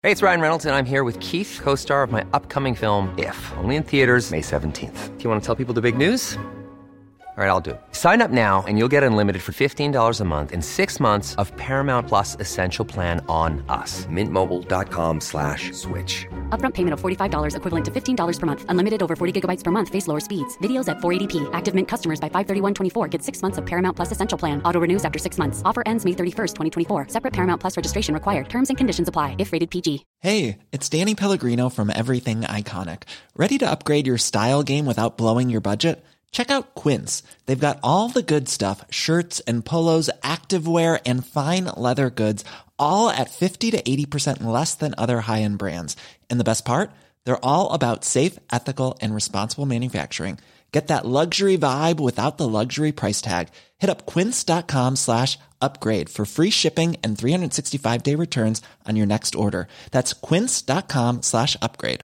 Hey, it's Ryan Reynolds, and I'm here with Keith, co-star of my upcoming film, If, only in theaters May 17th. Do you want to tell people the big news? All right, I'll do it. Sign up now and you'll get unlimited for $15 a month and 6 months of Paramount Plus Essential Plan on us. MintMobile.com/switch. Upfront payment of $45 equivalent to $15 per month. Unlimited over 40 gigabytes per month. Face lower speeds. Videos at 480p. Active Mint customers by 531.24 get 6 months of Paramount Plus Essential Plan. Auto renews after 6 months. Offer ends May 31st, 2024. Separate Paramount Plus registration required. Terms and conditions apply if rated PG. Hey, it's Danny Pellegrino from Everything Iconic. Ready to upgrade your style game without blowing your budget? Check out Quince. They've got all the good stuff, shirts and polos, activewear, and fine leather goods, all at 50 to 80% less than other high-end brands. And the best part? They're all about safe, ethical, and responsible manufacturing. Get that luxury vibe without the luxury price tag. Hit up quince.com/upgrade for free shipping and 365-day returns on your next order. That's quince.com/upgrade.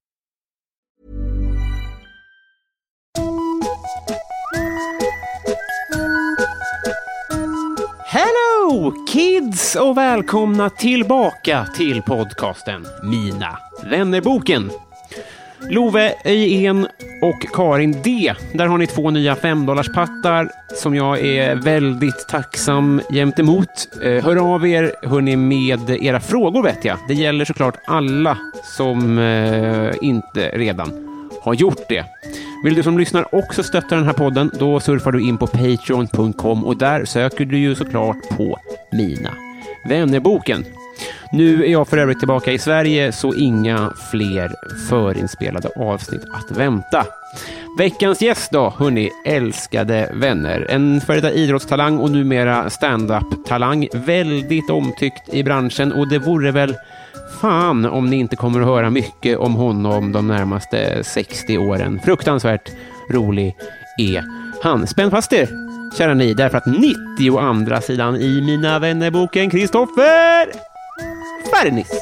Hello kids och välkomna tillbaka till podcasten Mina vännerboken. Love Öjen och Karin D. Där har ni 2 nya $5-pattar som jag är väldigt tacksam jämt emot. Hör av er hörni med era frågor vet jag. Det gäller såklart alla som inte redan har gjort det. Vill du som lyssnar också stötta den här podden, då surfar du in på patreon.com och där söker du ju såklart på Mina vännerboken. Nu är jag för övrigt tillbaka i Sverige så inga fler förinspelade avsnitt att vänta. Veckans gäst då, hörni, älskade vänner. En före detta idrottstalang och numera stand-up-talang. Väldigt omtyckt i branschen och det vore väl fan om ni inte kommer att höra mycket om honom de närmaste 60 åren. Fruktansvärt rolig är han. Spänn fast er, kära ni, därför att 92 sidan i Mina vännerboken Kristoffer Fernis.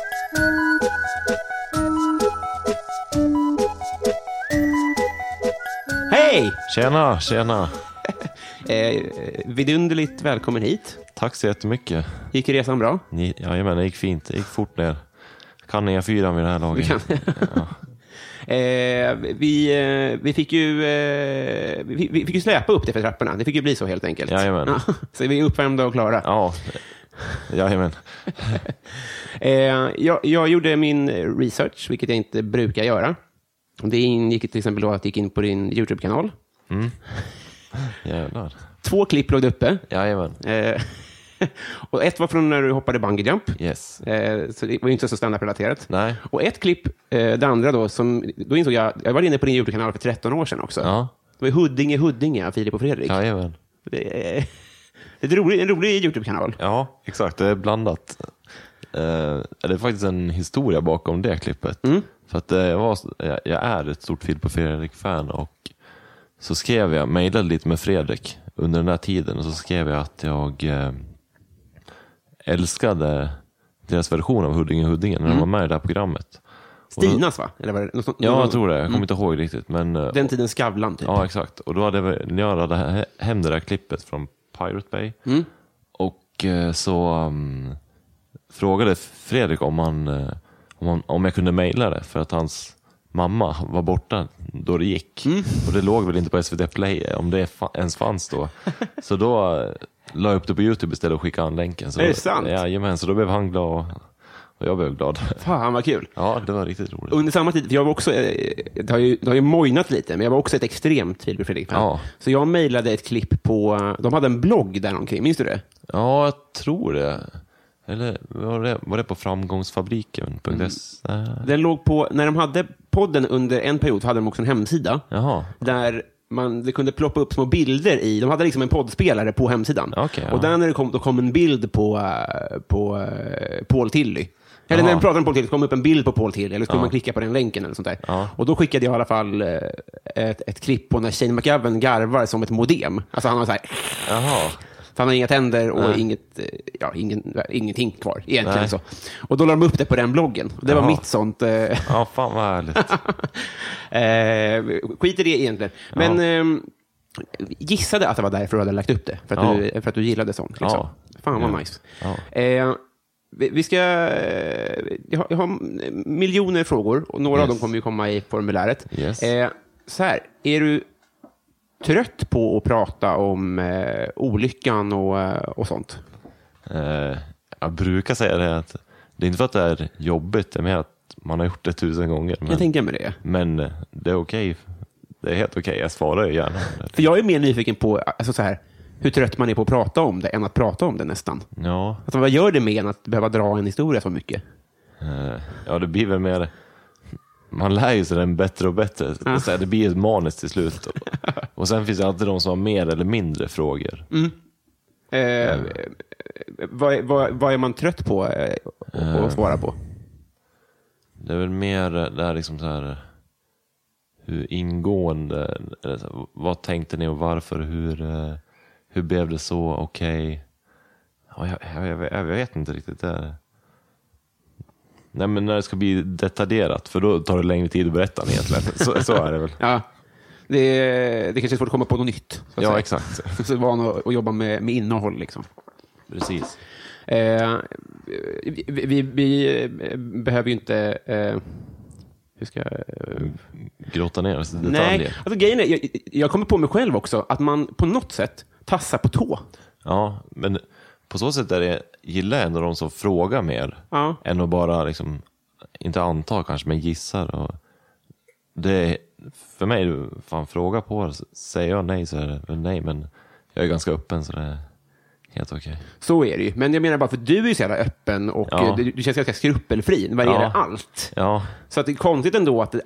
Hej! Tjena, tjena. Vidunderligt välkommen hit. Tack så jättemycket. Gick resan bra? Jajamän, det gick fint. Det gick fort ner. Kan E4 vid det här laget. Ja. Vi fick ju släpa upp det för trapporna. Det fick ju bli så helt enkelt. Jajamän. Ja, så vi är uppvärmda och klara. Ja, jajamän. Jag gjorde min research, vilket jag inte brukar göra. Det ingick till exempel då att jag gick in på din YouTube-kanal. Mm. Jävlar. 2 klipp låg uppe. Jajamän. Och ett var från när du hoppade bungee jump. Yes. Så det var ju inte så standardrelaterat. Nej. Och ett klipp, det andra då, då insåg jag var inne på din YouTube-kanal för 13 år sedan också. Ja. Det var Huddinge, Filip och Fredrik. Jajamän. Det är en rolig YouTube-kanal. Ja, exakt. Det är blandat. Det är faktiskt en historia bakom det klippet. Mm. För att jag är ett stort Filip och Fredrik-fan och så skrev jag, mejlade lite med Fredrik under den här tiden och så skrev jag att jag älskade deras version av Huddinge när de var med i det här programmet. Stinas va? Eller var det något sånt? Ja, jag tror det. Jag kommer inte ihåg riktigt. Men, den tiden Skavlan typ. Ja, exakt. Och då hade jag hade hem det där klippet från Pirate Bay. Mm. Och så frågade Fredrik om jag kunde mejla det för att hans mamma var borta då det gick. Mm. Och det låg väl inte på SVT Play om det ens fanns då. Så då la jag upp det på YouTube istället och skickade han länken. Så är det sant? Ja, så då blev han glad och jag blev glad. Fan vad kul. Ja, det var riktigt roligt. Under samma tid, jag var också, det har ju mojnat lite, men jag var också ett extremt Filip och Fredrik-fan. Ja. Så jag mejlade ett klipp på, de hade en blogg där omkring, minns du det? Ja, jag tror det. Eller var det på framgångsfabriken.se? Den låg på, när de hade podden under en period hade de också en hemsida. Jaha. Där det kunde ploppa upp små bilder i. De hade liksom en poddspelare på hemsidan. Okay, ja. Och där när det kom en bild på Paul Tilly. Eller när de pratade om Paul Tilly kom upp en bild på Paul Tilly. Eller skulle man klicka på den länken eller sånt där. Ja. Och då skickade jag i alla fall ett klipp på när Shane McGavin garvar som ett modem. Alltså han var så här. Jaha. Han har inga tänder och ingenting kvar egentligen. Så. Och då la de upp det på den bloggen. Och det var mitt sånt. Ja, fan vad härligt. Skit i det egentligen. Men gissade att det var därför du hade lagt upp det. För att du gillade sånt. Liksom. Fan vad nice. Vi ska... Jag har miljoner frågor och några av dem kommer ju komma i formuläret. Yes. Så här, är du trött på att prata om olyckan och sånt? Jag brukar säga det att det är inte för att det är jobbigt, det är mer att man har gjort det 1000 gånger. Men, Jag tänker med det. Men det är okej. Det är helt okej. Jag svarar ju gärna. För jag är mer nyfiken på alltså så här, hur trött man är på att prata om det än att prata om det nästan. Ja. Alltså, vad gör det med en att behöva dra en historia så mycket? Ja, det blir väl mer... Man lär ju sig den bättre och bättre. Ja. Så det blir ett manus till slut. Och sen finns det alltid de som har mer eller mindre frågor. Vad är man trött på att svara på? Det är väl mer det här liksom så här... Hur ingående... Vad tänkte ni och varför? Hur blev det så? Okej. Ja, jag vet inte riktigt det. Nej, men när det ska bli detaljerat, för då tar det längre tid att berätta egentligen. Så är det väl. Ja, det kanske är svårt att komma på något nytt. Så att säga. Exakt. Så van att jobba med innehåll liksom. Precis. Vi behöver ju inte... hur ska grotta ner oss i detaljer. Nej, alltså grejen är, jag kommer på mig själv också att man på något sätt tassar på tå. Ja, men på så sätt är det, gillar jag ändå de som frågar mer än att bara liksom, inte anta kanske, men gissar. Och det är, för mig, fan fråga på, säger jag nej så är det väl nej, men jag är ganska öppen så det är helt okej. Så är det ju, men jag menar bara för du är ju så jävla öppen och du känns ganska skrupelfri vad det gäller allt. Ja. Så att det är konstigt ändå att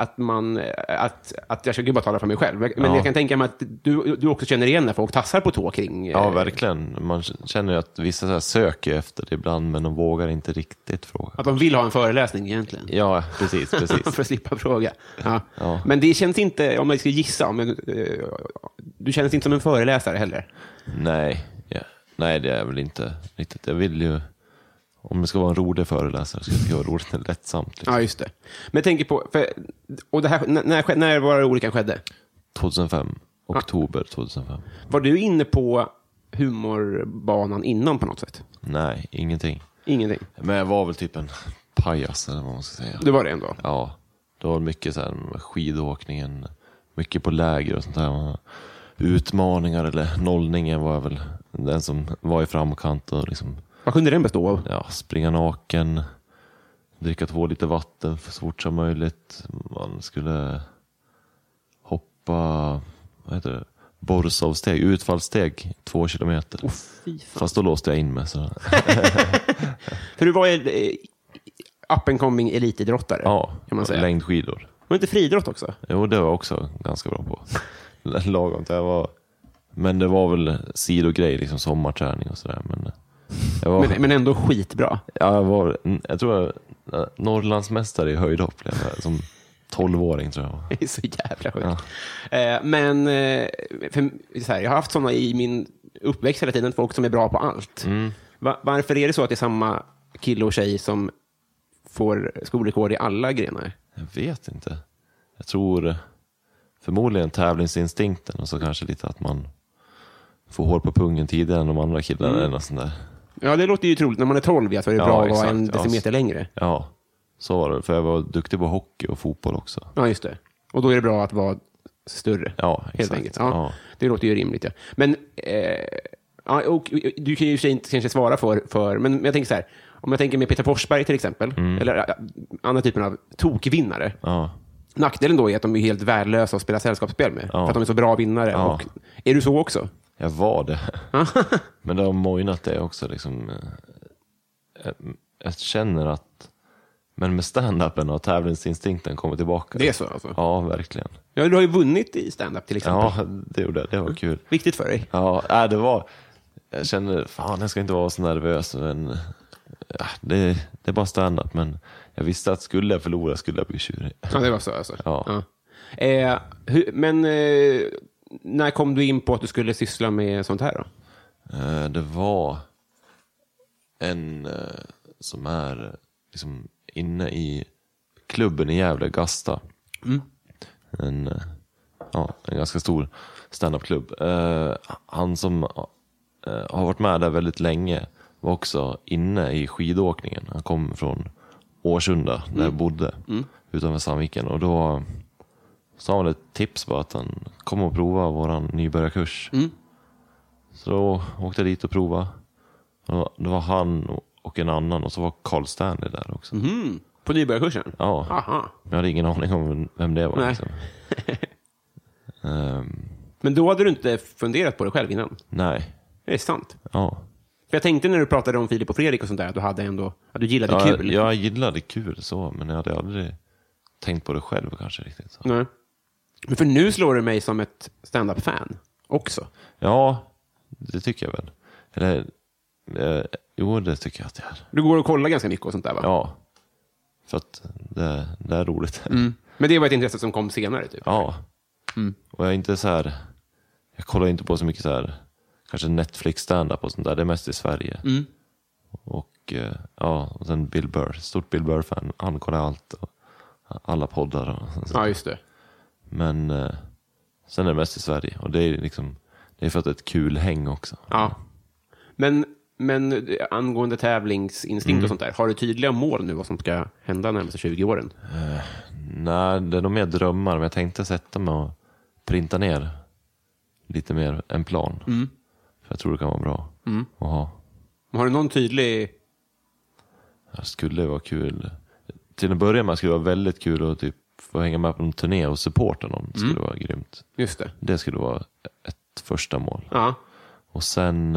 jag försöker bara tala för mig själv. Men jag kan tänka mig att du också känner igen när folk tassar på tå kring... Ja, verkligen. Man känner ju att vissa så här söker efter det ibland, men de vågar inte riktigt fråga. Att de vill ha en föreläsning egentligen. Ja, precis. För att slippa fråga. Ja. Men det känns inte, om jag ska gissa, men du känns inte som en föreläsare heller. Nej, det är väl inte riktigt. Jag vill ju, om det ska vara en rolig föreläsare, så ska det vara roligt och lättsamt. Liksom. Ja, just det. Men jag tänker på, och det här, när var det olyckan skedde? 2005, oktober 2005. Var du inne på humorbanan innan på något sätt? Nej, ingenting. Men jag var väl typ en pajas, eller vad man ska säga. Du var det ändå? Ja, det var mycket så här skidåkningen, mycket på läger och sånt där. Utmaningar eller nollningen var väl den som var i framkant och liksom, vad kunde den bestå av? Ja, springa naken, dricka 2 liter vatten så fort som möjligt. Man skulle hoppa, vad heter det? Borsovsteg, utfallssteg 2 kilometer. Fast då låste jag in mig så. För du var up and coming elitidrottare. Ja, kan man säga. Längdskidor. Var inte friidrott också? Jo, det var jag också ganska bra på. Lagom till jag var. Men det var väl sidogrej, liksom sommarträning och sådär. Men ändå skitbra. Jag tror jag Norrlandsmästare i höjdhopp som 12-åring tror jag. Det är så jävla sjukt. Ja. Men så här, jag har haft sådana i min uppväxt hela tiden, folk som är bra på allt. Varför är det så att det är samma kille och tjej som får skolrekord i alla grenar? Jag vet inte. Jag tror förmodligen tävlingsinstinkten och så kanske lite att man får hår på pungen tidigare än de andra killarna eller något sånt där. Ja, det låter ju troligt. När man är 12 så är det bra att vara en decimeter längre. Ja, så var det. För jag var duktig på hockey och fotboll också. Ja, just det. Och då är det bra att vara större. Ja, exakt. Helt enkelt. Ja. Det låter ju rimligt. Ja. Men och du kan ju inte kanske svara för men jag tänker så här, om jag tänker med Peter Forsberg till exempel, eller andra typen av tokvinnare. Ja. Nackdelen då är att de är helt värdelösa att spela sällskapsspel med. För att de är så bra vinnare. Ja. Och, är du så också? Jag var det. Men det har mojnat det också. Liksom, jag känner att men med stand-upen och tävlingsinstinkten kommer tillbaka. Det är så alltså? Ja, verkligen. Ja, du har ju vunnit i stand-up till exempel. Ja, det gjorde jag. Det var kul. Viktigt för dig? Ja, det var... Jag känner, fan jag ska inte vara så nervös. Men, det är bara stand-up. Men jag visste att skulle jag förlora skulle jag bli tjurig. Ja, det var så alltså. Ja. Men när kom du in på att du skulle syssla med sånt här då? Det var en som är liksom inne i klubben i Gävle, Gasta. En ganska stor stand-up-klubb. Han som har varit med där väldigt länge var också inne i skidåkningen. Han kom från Årsunda där jag bodde utanför Sandviken. Och då sa han ett tips på att han kom och prova våran nybörjarkurs. Så då åkte jag dit och prova. Det var han och en annan och så var Carl Stanley där också. På nybörjarkursen? Ja. Aha. Jag hade ingen aning om vem det var. Nej. Liksom. Men då hade du inte funderat på det själv innan? Nej. Det är sant. Ja. För jag tänkte när du pratade om Filip och Fredrik och sånt där, att du hade ändå, att du gillade kul. Jag gillade kul så, men jag hade aldrig tänkt på det själv kanske riktigt. Så. Nej. Men för nu slår du mig som ett stand-up-fan också. Ja, det tycker jag väl. Eller, jo, det tycker jag att jag är. Du går och kollar ganska mycket och sånt där, va? Ja, för att det är roligt. Men det var ett intresse som kom senare, typ? Ja, och jag är inte så här, jag kollar inte på så mycket så här, kanske Netflix stand-up och sånt där, det är mest i Sverige. Och ja, och sen Bill Burr, stort Bill Burr-fan, han kollar allt, och alla poddar och så. Ja, just det. Men sen är det mest i Sverige, och det är liksom, det är för att det är ett kul häng också. Ja. Men angående tävlingsinstinkt och sånt där, har du tydliga mål nu vad som ska hända närmaste 20 åren? Nej, det är nog mer drömmar, men jag tänkte sätta mig och printa ner lite mer en plan. För jag tror det kan vara bra att ha. Har du någon tydlig... Det skulle vara kul. Till en början med skulle det vara väldigt kul att typ få hänga med på en turné och supporta någon. Det skulle vara grymt. Just det. Det skulle vara ett första mål. Ja. Och sen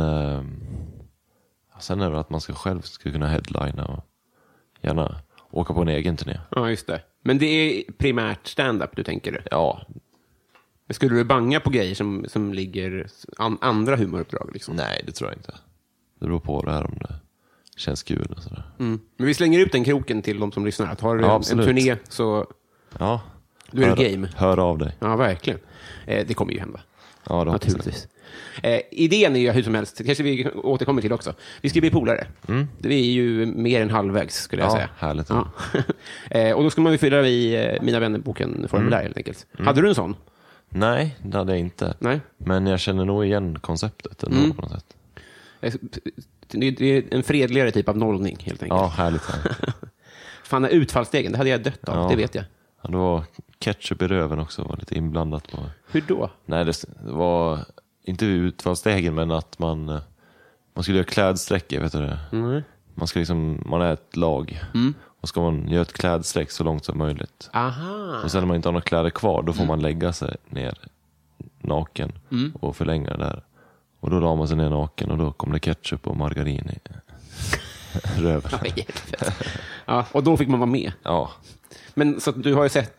är det att man själv ska kunna headlina och gärna åka på en egen turné. Ja, just det. Men det är primärt stand-up du tänker det? Ja. Men skulle du banga på grejer som ligger andra humoruppdrag? Liksom? Nej, det tror jag inte. Det beror på det här om det känns kul och sådär. Men vi slänger ut den kroken till de som lyssnar. Att har du en turné så ja. du är det game. Hör av dig. Ja, verkligen. Det kommer ju hända. Ja, det naturligtvis. Idén är ju hur som helst, kanske vi återkommer till också. Vi ska bli polare. Det är ju mer än halvvägs skulle jag säga. Härligt. Ja. Och då ska man ju fylla i Mina vännerboken formulär helt enkelt. Hade du en sån? Nej, det hade jag inte. Nej. Men jag känner nog igen konceptet ändå på något sätt. Det är en fredligare typ av nollning helt enkelt. Ja, härligt. Fan, utfallsstegen, det hade jag dött av, det vet jag. Ja, det var ketchup i röven också, var lite inblandat på. Hur då? Nej, det var inte utfallsstegen, men att man skulle göra klädsträckor, vet du det? Man ska man är ett lag. Och ska man göra ett klädsträck så långt som möjligt. Aha. Och sen när man inte har några kläder kvar, då får man lägga sig ner naken och förlänga det där. Och då la man sig ner naken och då kom det ketchup och margarin i röven. Ja, och då fick man vara med. Ja. Men så att du har ju sett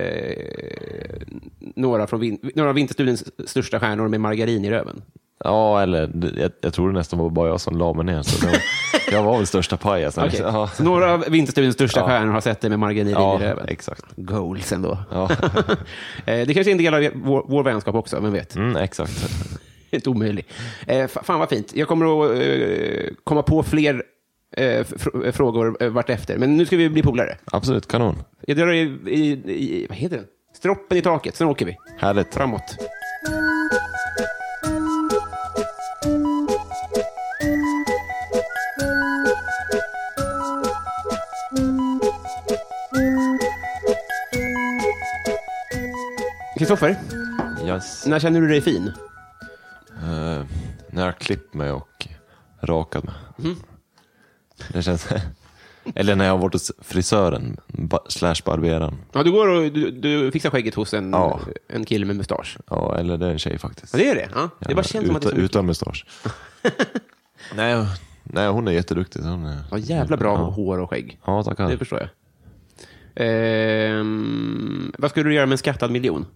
några av Vinterstudiens största stjärnor med margarin i röven. Ja, eller jag tror det nästan var bara jag som la mig ner. Så jag var väl största pajasen. Okay. Ja. Så några av Vinterstudiens största stjärnor har sett det med margarin i röven. Exakt. Goals ändå. Ja. Det kanske är en del av vår vänskap också, vem vet. Exakt. Inte omöjligt. Fan vad fint. Jag kommer att komma på fler frågor vart efter. Men nu ska vi bli polare. Absolut, kanon. Jag drar i vad heter det? Stroppen i taket, sen åker vi. Härligt. Framåt. Kristoffer, Yes. när känner du dig fin? När jag klippt mig och rakat mig. Det känns... Eller när jag har varit hos frisören / barberaren. Ja, du går och du fixar skägget hos en kille med mustasch. Ja, eller det är en tjej faktiskt. Ja, det är det. Ja. Det bara känns som att det är så utan mustasch. nej, hon är jätteduktig. Hon är... Ja, jävla bra hår och skägg. Ja, tackar. Det förstår jag. Vad skulle du göra med en skattad miljon?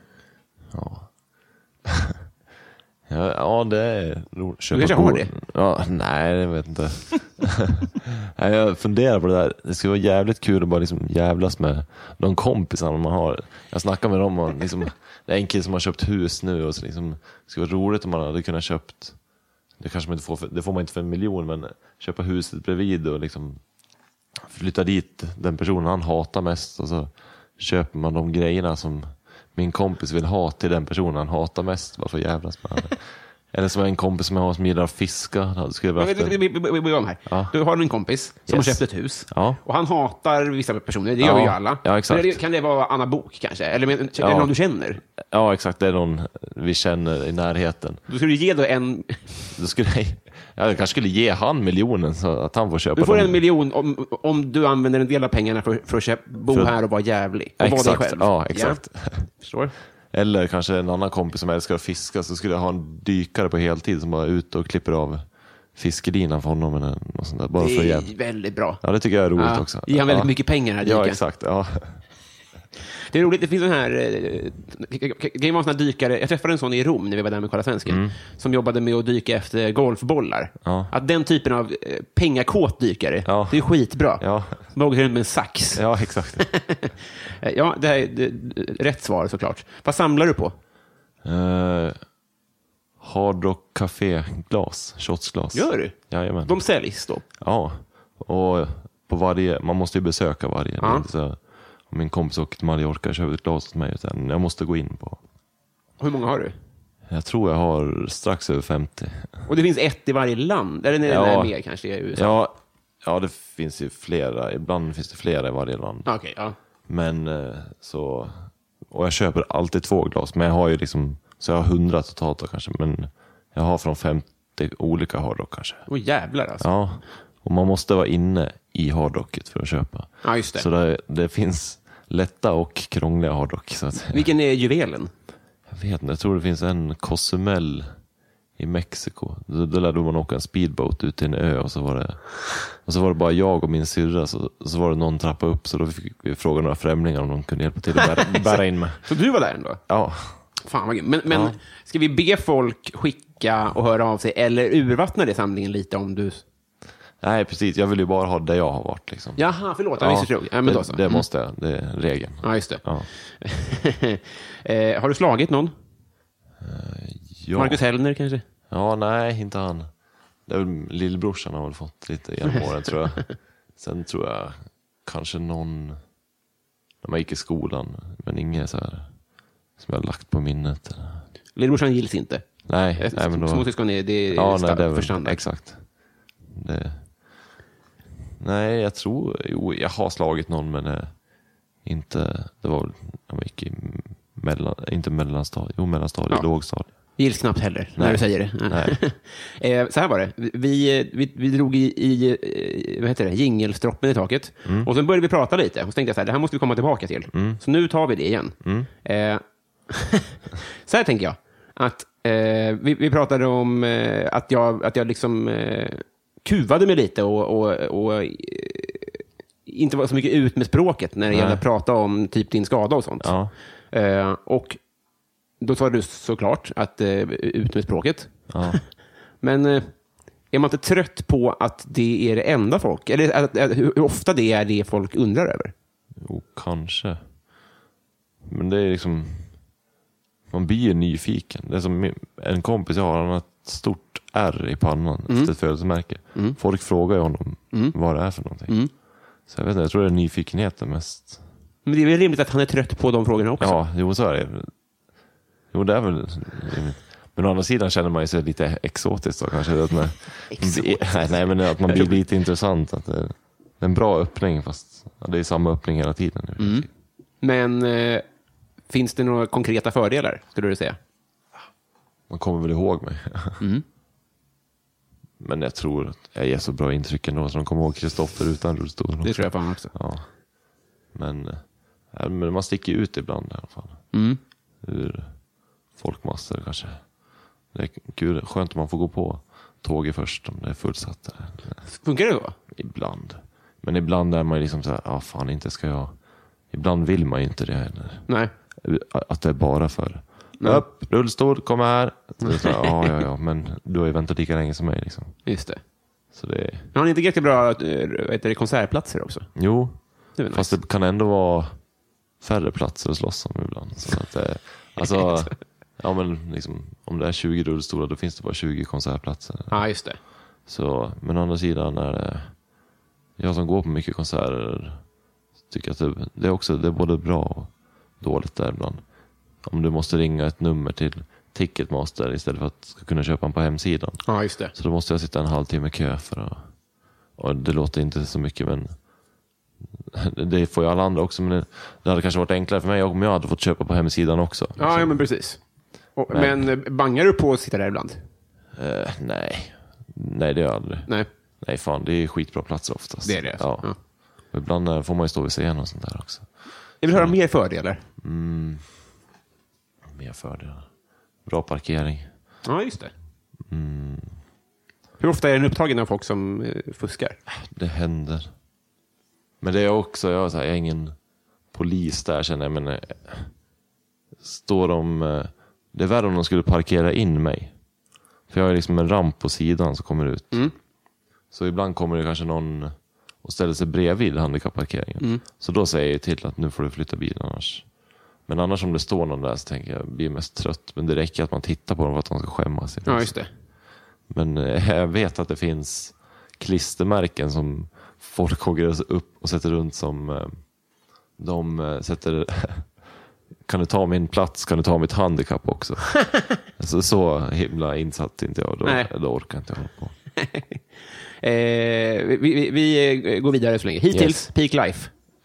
Ja, det är roligt. Du kanske har det? Ja, nej, jag vet inte. Nej, jag funderar på det där. Det skulle vara jävligt kul att bara jävlas med någon kompis man har. Jag snackar med dem och det är en kille som har köpt hus nu och så det skulle vara roligt om man hade kunnat köpt. Det kanske man inte får det får man inte för 1 miljon, men köpa huset bredvid och flytta dit den personen han hatar mest och så köper man de grejerna som min kompis vill ha till den personen han hatar mest, bara för att jävlas med. Eller som en kompis som jag har som gillar att fiska. Vi här. Ja. Du har en kompis som har köpt ett hus. Ja. Och han hatar vissa personer, det gör ju alla. Ja, exakt. Kan det vara Anna Bok kanske? Eller är det någon du känner? Ja, exakt. Det är någon vi känner i närheten. Då skulle du ge då en... Jag kanske skulle ge han miljonen så att han får köpa. Du får 1 miljon om du använder en del av pengarna för att bo här och vara jävlig. Och vara dig själv. Ja, exakt. Ja. Förstår. Eller kanske en annan kompis som älskar att fiska, så skulle jag ha en dykare på heltid som bara är ute och klipper av fiskelinan för honom eller något sånt där. Bara det för är väldigt bra. Ja, det tycker jag är roligt också. Ger han väldigt mycket pengar här dyken. Ja, exakt. Ja. Det är roligt, det finns en här grejen var en sån här dykare, jag träffade en sån i Rom när vi var där med Kolla Svensken, som jobbade med att dyka efter golfbollar. Ja. Att den typen av pengakåt dykare, det är skitbra. Ja. Man åker runt med en sax. Ja, exakt. Ja, det här är rätt svar såklart. Vad samlar du på? Hard Rock Café-glas, shotsglas. Gör du? Jajamän. De säljs då? Ja, och på varje, man måste ju besöka varje. Ja. Så, om min kompis åker till Mallorca och köper ett glas åt mig, sen jag måste gå in på. Hur många har du? Jag tror jag har strax över 50. Och det finns ett i varje land? Eller är mer kanske i USA? Ja, det finns ju flera. Ibland finns det flera i varje land. Okej, ja. Men så... Och jag köper alltid 2 glas. Men jag har ju liksom... Så jag har 100 totalt då, kanske. Men jag har från 50 olika hardrock kanske. Åh jävlar alltså. Ja. Och man måste vara inne i hardrocket för att köpa. Ja, just det. Så det finns lätta och krångliga hardrock. Så att, vilken är juvelen? jag vet inte. Jag tror det finns en Cozumel i Mexiko. Då lärde man åka en speedboat ut till en ö. Och så var det bara jag och min syrra. Så var det någon trappa upp. Så då fick vi fråga några främlingar om de kunde hjälpa till att bära in mig. Så du var där ändå? Ja. Fan vad gud. Men ska vi be folk skicka och höra av sig? Eller urvattna det samlingen lite om du... Nej, precis. Jag vill ju bara ha där jag har varit. Liksom. Jaha, förlåt. Ja, men då så. Det måste jag. Det är regeln. Ja, just det. Ja. Har du slagit någon? Ja. Marcus Hellner kanske? Ja, nej, inte han. Det är väl lillbrorsan har väl fått lite genom åren, tror jag. Sen tror jag kanske någon när man gick i skolan, men inget så här som jag har lagt på minnet. Lillbrorsan gills inte? Nej, men då... Småsyskon är det är för standard. Exakt. Nej, jag tror... Jo, jag har slagit någon, men inte... Det var väl när man gick i inte mellanstadiet. Jo, mellanstadiet, lågstadiet. Gills knappt heller, när du säger det. Nej. Så här var det. Vi drog i vad heter det, jingelstroppen i taket. Och sen började vi prata lite. Och så tänkte jag så här, det här måste vi komma tillbaka till. Så nu tar vi det igen. Så här tänker jag. Att vi pratade om att jag liksom kuvade mig lite och inte var så mycket ut med språket när det gäller att prata om typ din skada och sånt. Ja. Och då sa du såklart att ut med språket. Ja. Men är man inte trött på att det är det enda folk? Eller hur ofta det är det folk undrar över? Jo, kanske. Men det är liksom... Man blir ju nyfiken. Det är som en kompis jag har, han har ett stort R i pannan efter ett födelsemärke. Folk frågar ju honom vad det är för någonting. Så jag vet inte, jag tror det är nyfikenheten mest. Men det är väl rimligt att han är trött på de frågorna också? Ja, jo, så är det. Jo, det är väl... Men å andra sidan känner man ju sig lite exotiskt då, kanske. Att nej, men att man blir lite intressant. Att det är en bra öppning, fast det är samma öppning hela tiden. Men finns det några konkreta fördelar, skulle du säga? Man kommer väl ihåg mig. Men jag tror att jag ger så bra intryck ändå, så de kommer ihåg Kristoffer utan rullstol. Det tror jag fan också. Ja. Men man sticker ut ibland i alla fall. Ur folkmassor kanske. Det är kul, skönt om man får gå på tåget först om det är fullsatt. Funkar det då? Ibland. Men ibland är man liksom så här, fan inte ska jag... Ibland vill man ju inte det heller. Nej. Att det är bara för... Upp, rullstol, kom här. Så ja, men du har ju väntat lika länge som mig liksom. Just det. Så det... Har ni inte ganska bra konsertplatser också? Jo, det nice. Fast det kan ändå vara färre platser att slåss om ibland. Så att alltså... Ja, men liksom, om det är 20 rullstolar, då finns det bara 20 konsertplatser. Ja, just det. Så, men å andra sidan är det... Jag som går på mycket konserter tycker att det är både bra och dåligt där ibland. Om du måste ringa ett nummer till Ticketmaster istället för att kunna köpa den på hemsidan. Ja, just det. Så då måste jag sitta en halvtimme i kö för att... Och det låter inte så mycket, men det får ju alla andra också. Men det hade kanske varit enklare för mig om jag hade fått köpa på hemsidan också. Ja, men precis. Men bangar du på att sitta där ibland? Nej, det gör jag aldrig. Nej, fan, det är skitbra platser oftast. Det är det. Ja. Och ibland får man ju stå vid scenen och sånt där också. Jag vill höra mer fördelar. Mer fördelar. Bra parkering. Ja, just det. Hur ofta är den upptagen av folk som fuskar? Det händer. Men det är också, jag är ingen polis där, känner jag. Men står de... Det är värre om de skulle parkera in mig. För jag har liksom en ramp på sidan som kommer ut. Så ibland kommer det kanske någon och ställer sig bredvid handikapparkeringen. Så då säger jag till att nu får du flytta bilen annars. Men annars om det står någon där så tänker jag blir mest trött. Men det räcker att man tittar på dem för att de ska skämmas. Ja, just det. Men jag vet att det finns klistermärken som folk hugger upp och sätter runt som de sätter... Kan du ta min plats? Kan du ta mitt handikapp också? Alltså, så himla insatt inte jag. Då orkar inte jag hålla på. Vi går vidare så länge. Hittills, Peak Life.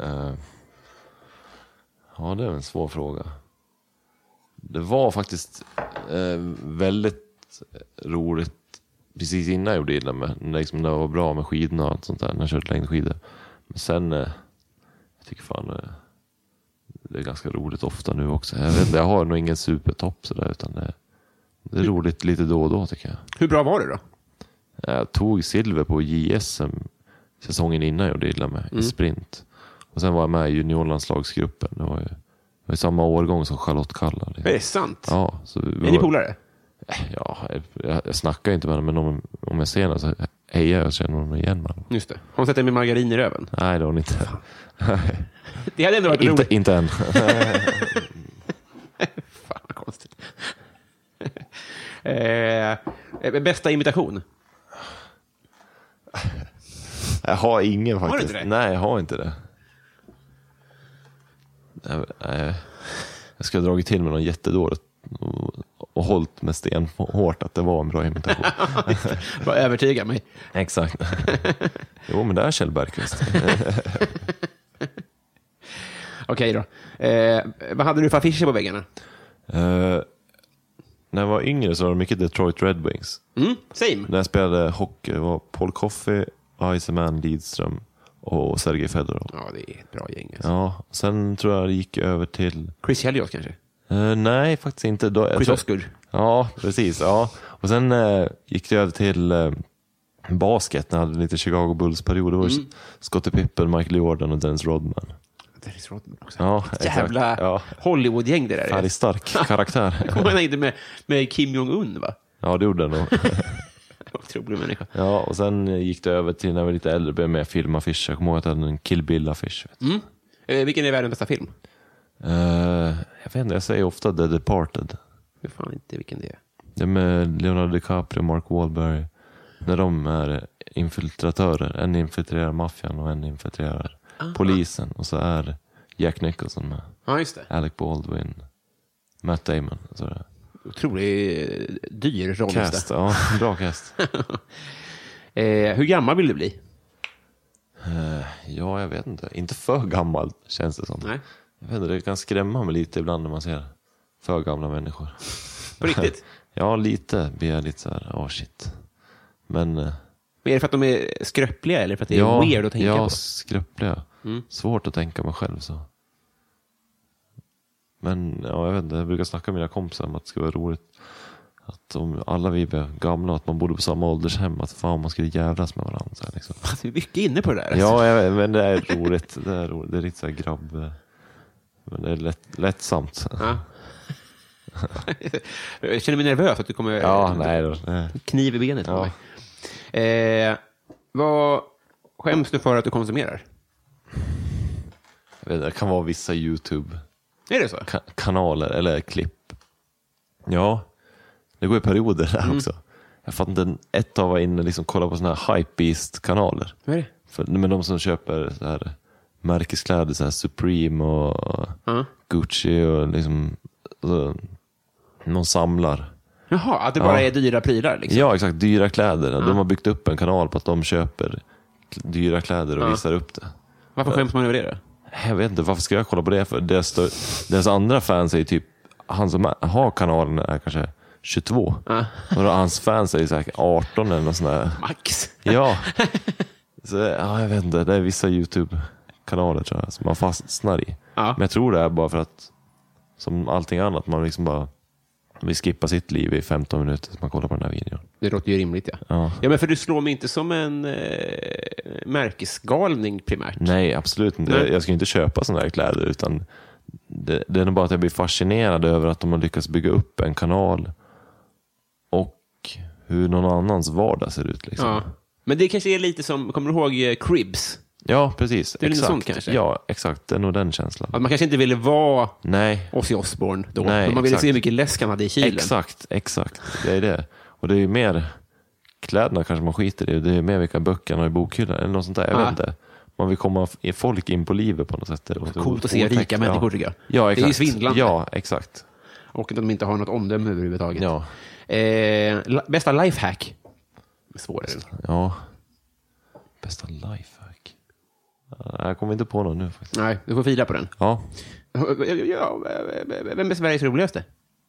Ja, det är en svår fråga. Det var faktiskt väldigt roligt precis innan jag gjorde illa med. Liksom, det var bra med skidorna och allt sånt där när jag körde längdskidor. Men sen, jag tycker fan... Det är ganska roligt ofta nu också. Jag har nog ingen supertopp sådär, utan det är roligt lite då och då, tycker jag. Hur bra var det då? Jag tog silver på JSM säsongen innan jag gjorde illa med i sprint. Och sen var jag med i juniorlandslagsgruppen. Det var ju samma årgång som Charlotte Kalla. Liksom. Är det sant? Ja. Så är ni polare? Ja, jag snackar inte med henne, men om jag ser henne så hejar jag och känner honom igen. Man. Just det. Har hon sett dig med margarin i röven? Nej, det har hon inte. Det hade ändå varit roligt. Inte än. Fan vad konstigt. Bästa imitation? Jag har ingen faktiskt. Har du inte det? Nej, jag har inte det. Jag skulle ha dragit till med någon jättedåligt och hållit med sten hårt att det var en bra imitation. Bara övertyga mig. Exakt. Jo, men det är Kjell Bergqvist. Okej då. Vad hade du för affischer på väggarna? När jag var yngre så var det mycket Detroit Red Wings. Same. När jag spelade hockey var Paul Coffey, Iceman Lidström och Sergej Fedorov. Ja, det är ett bra gäng. Alltså. Ja, sen tror jag det gick över till... Chris Helios kanske? Nej, faktiskt inte. Chris Oscar? Ja, precis. Ja. Och sen gick det över till basket när jag hade lite Chicago Bulls-period. Det var Scottie Pippen, Michael Jordan och Dennis Rodman. Dennis Rodman också. Ja, jävla Hollywood-gäng det där. Färgstark karaktär. Kommer inte med Kim Jong-Un, va? Ja, det gjorde den nog. Otrolig människa. Ja, och sen gick det över till när jag var lite äldre började med filmaffischer. Jag kommer ihåg att jag hade en Kill Bill-affisch. Vilken är världens bästa film? Jag vet inte, jag säger ofta The Departed. Jag vet fan inte vilken det är. Det är med Leonardo DiCaprio och Mark Wahlberg. När de är infiltratörer. En infiltrerar maffian och en infiltrerar polisen. Och så är Jack Nicholson med. Ja, just det. Alec Baldwin. Matt Damon. Så otroligt dyr roll. Cast, ja. Bra cast. Hur gammal vill du bli? Ja, jag vet inte. Inte för gammal känns det som. Nej. Jag vet inte, det kan skrämma mig lite ibland när man ser för gamla människor. På riktigt? Ja, lite blir jag lite så här, shit. Men är det för att de är skröpliga eller för att det är weird att tänka på? Ja, skröpliga. Svårt att tänka mig själv så. Men jag vet inte, jag brukar snacka med mina kompisar om att det ska vara roligt. Att om alla vi blir gamla och att man bodde på samma åldershem, att fan man skulle jävlas med varandra. Så här, liksom. Du är mycket inne på det där. Ja, men det är roligt. Det är roligt. Det är lite så här grabb... Men det är lättsamt. Ja. Jag känner mig nervös att du kommer kniv i benet på mig. Vad skäms du för att du konsumerar? Jag vet inte, det kan vara vissa YouTube är det så? Kanaler eller klipp. Ja, det går i perioder där också. Jag fattar inte, ett tag var inne liksom kolla på såna här Hypebeast-kanaler. Vad är det? Men de som köper så här märkeskläder, så här Supreme och Gucci och liksom så, någon samlar. Jaha, att det bara är dyra prylar liksom. Ja, exakt. Dyra kläder. De har byggt upp en kanal på att de köper dyra kläder och visar upp det. Varför skäms man över det då? Jag vet inte, varför ska jag kolla på det? För deras andra fans är typ, han som har kanalen är kanske 22. Och då hans fans är säkert 18 eller något sånt där. Max. Ja. Så, jag vet inte, det är vissa YouTube-kanaler tror jag, som man fastnar i. Men jag tror det är bara för att, som allting annat, man liksom bara vill skippa sitt liv i 15 minuter så man kollar på den här videon. Det låter ju rimligt, ja. Ja, men för du slår mig inte som en märkesgalning primärt. Nej, absolut inte. Jag ska inte köpa såna här kläder, utan det är nog bara att jag blir fascinerad över att de har lyckats bygga upp en kanal och hur någon annans vardag ser ut liksom. Ja. Men det kanske är lite som, kommer du ihåg Cribs? Ja, precis. Det är exakt. Sånt kanske. Ja, exakt. Det är nog den känslan. Att man kanske inte ville vara Ozzy Osbourne då. Nej, men man ville se hur mycket läsk han hade i kylen. Exakt. Det är det. Och det är ju mer kläderna kanske man skiter i. Det är mer vilka böcker han har i bokhyllan eller något sånt där. Jag vet inte. Man vill komma folk in på livet på något sätt. Coolt att se rika människor tycker jag. Ja, exakt. Det är ju svindlande. Ja, exakt. Och att de inte har något omdöme överhuvudtaget. Ja. Bästa lifehack? Svårare. Ja. Bästa lifehack? Jag kommer inte på någon nu faktiskt. Nej, du får fila på den. Ja. Vem är Sveriges roligaste?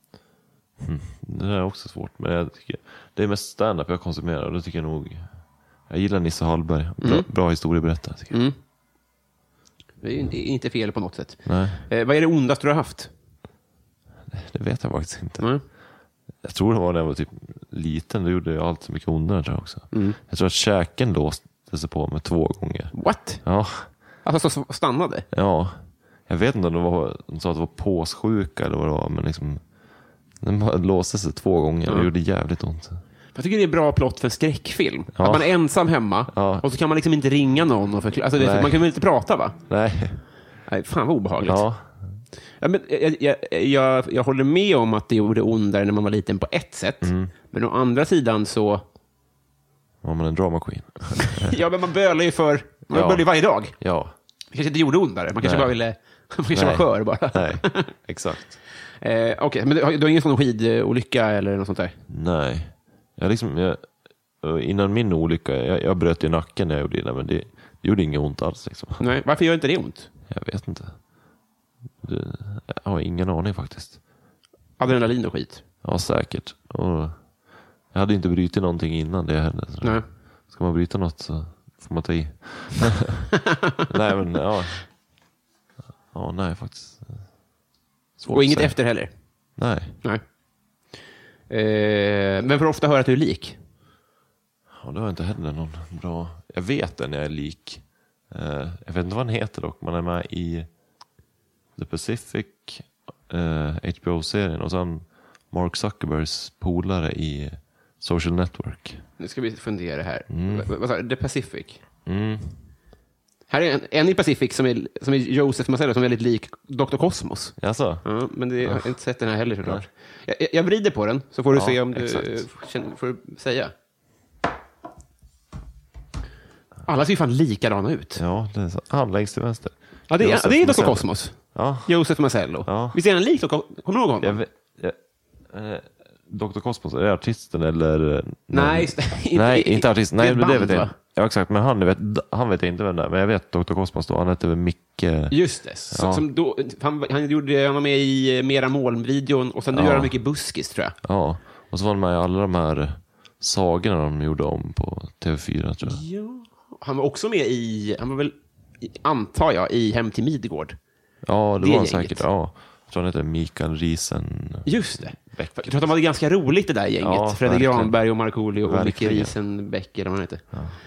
Det är också svårt. Men jag tycker, det är mest stand-up jag konsumerar. Och det tycker jag nog. Jag gillar Nisse Hallberg. Bra historieberättare tycker jag. Det är inte fel på något sätt. Nej. Vad är det ondaste du har haft? Det vet jag faktiskt inte. Jag tror det var när jag var typ liten. Då gjorde jag allt så mycket ondare tror jag också. Jag tror att käken låste sig på mig 2 gånger. What? Ja. Alltså så stannade? Ja. Jag vet inte om de sa att det var påssjuka eller vad det var. Men liksom, den låste sig 2 gånger. Det gjorde jävligt ont. Jag tycker det är bra plott för en skräckfilm. Att man är ensam hemma och så kan man liksom inte ringa någon och förklara. Alltså, man kan väl inte prata, va? Nej, fan vad obehagligt. Ja, men jag håller med om att det gjorde ondare när man var liten på ett sätt. Men å andra sidan så... Var man en drama queen? Ja, men man bölar ju för... Man bölar ju varje dag. Ja. Det kanske inte gjorde ondare. Man kanske bara ville... Man kanske var skör bara. Nej, exakt. Okej, men du har ingen sån skidolycka eller något sånt där? Nej. Innan min olycka, jag bröt i nacken när jag gjorde det, men det gjorde inget ont alls. Liksom. Nej, varför gör inte det ont? Jag vet inte. Jag har ingen aning faktiskt. Adrenalin och skit? Ja, säkert. Och jag hade inte brytit någonting innan det hände. Nej. Ska man bryta något så får man ta i. Nej, men nej faktiskt. Och inget efter heller? Nej. Men för ofta höra att du är lik? Ja, det har inte heller någon bra... Jag vet när jag är lik. Jag vet inte vad han heter dock. Man är med i The Pacific HBO-serien och sen Mark Zuckerbergs polare i Social Network. Nu ska vi fundera här. Vad sa du? The Pacific? Här är en i Pacific som är Joseph Marcello som är väldigt lik Dr. Cosmos. Jaså? Ja, men jag har inte sett den här heller såklart. Jag vrider på den så får du se om du får säga. Alla ser ju fan likadana ut. Ja, det är så. Han längst till vänster. Ja, det är Dr. Cosmos. Ja. Joseph Marcello. Ja. Visst är han lik? Kommer du ihåg honom? Dr. Cosmos, är det artisten eller... Nej, inte artisten. Nej, det vet jag. Ja, exakt. Men han vet jag inte vem det är. Men jag vet Dr. Cosmos då. Han heter väl Micke... Just det. Som då, han var med i Mera Moln-videon och sen nu gör han mycket buskis, tror jag. Ja, och så var han med i alla de här sagorna de gjorde om på TV4, tror jag. Ja. Han var också med han var väl, antar jag, i Hem till Midgård. Ja, det var han säkert. Ja. Jag tror han heter Mikael Risen. Just det. Jag tror att de hade ganska roligt det där gänget. Ja, Fredrik Granberg och Markoolio och Micke Riesenbeck eller vad han heter.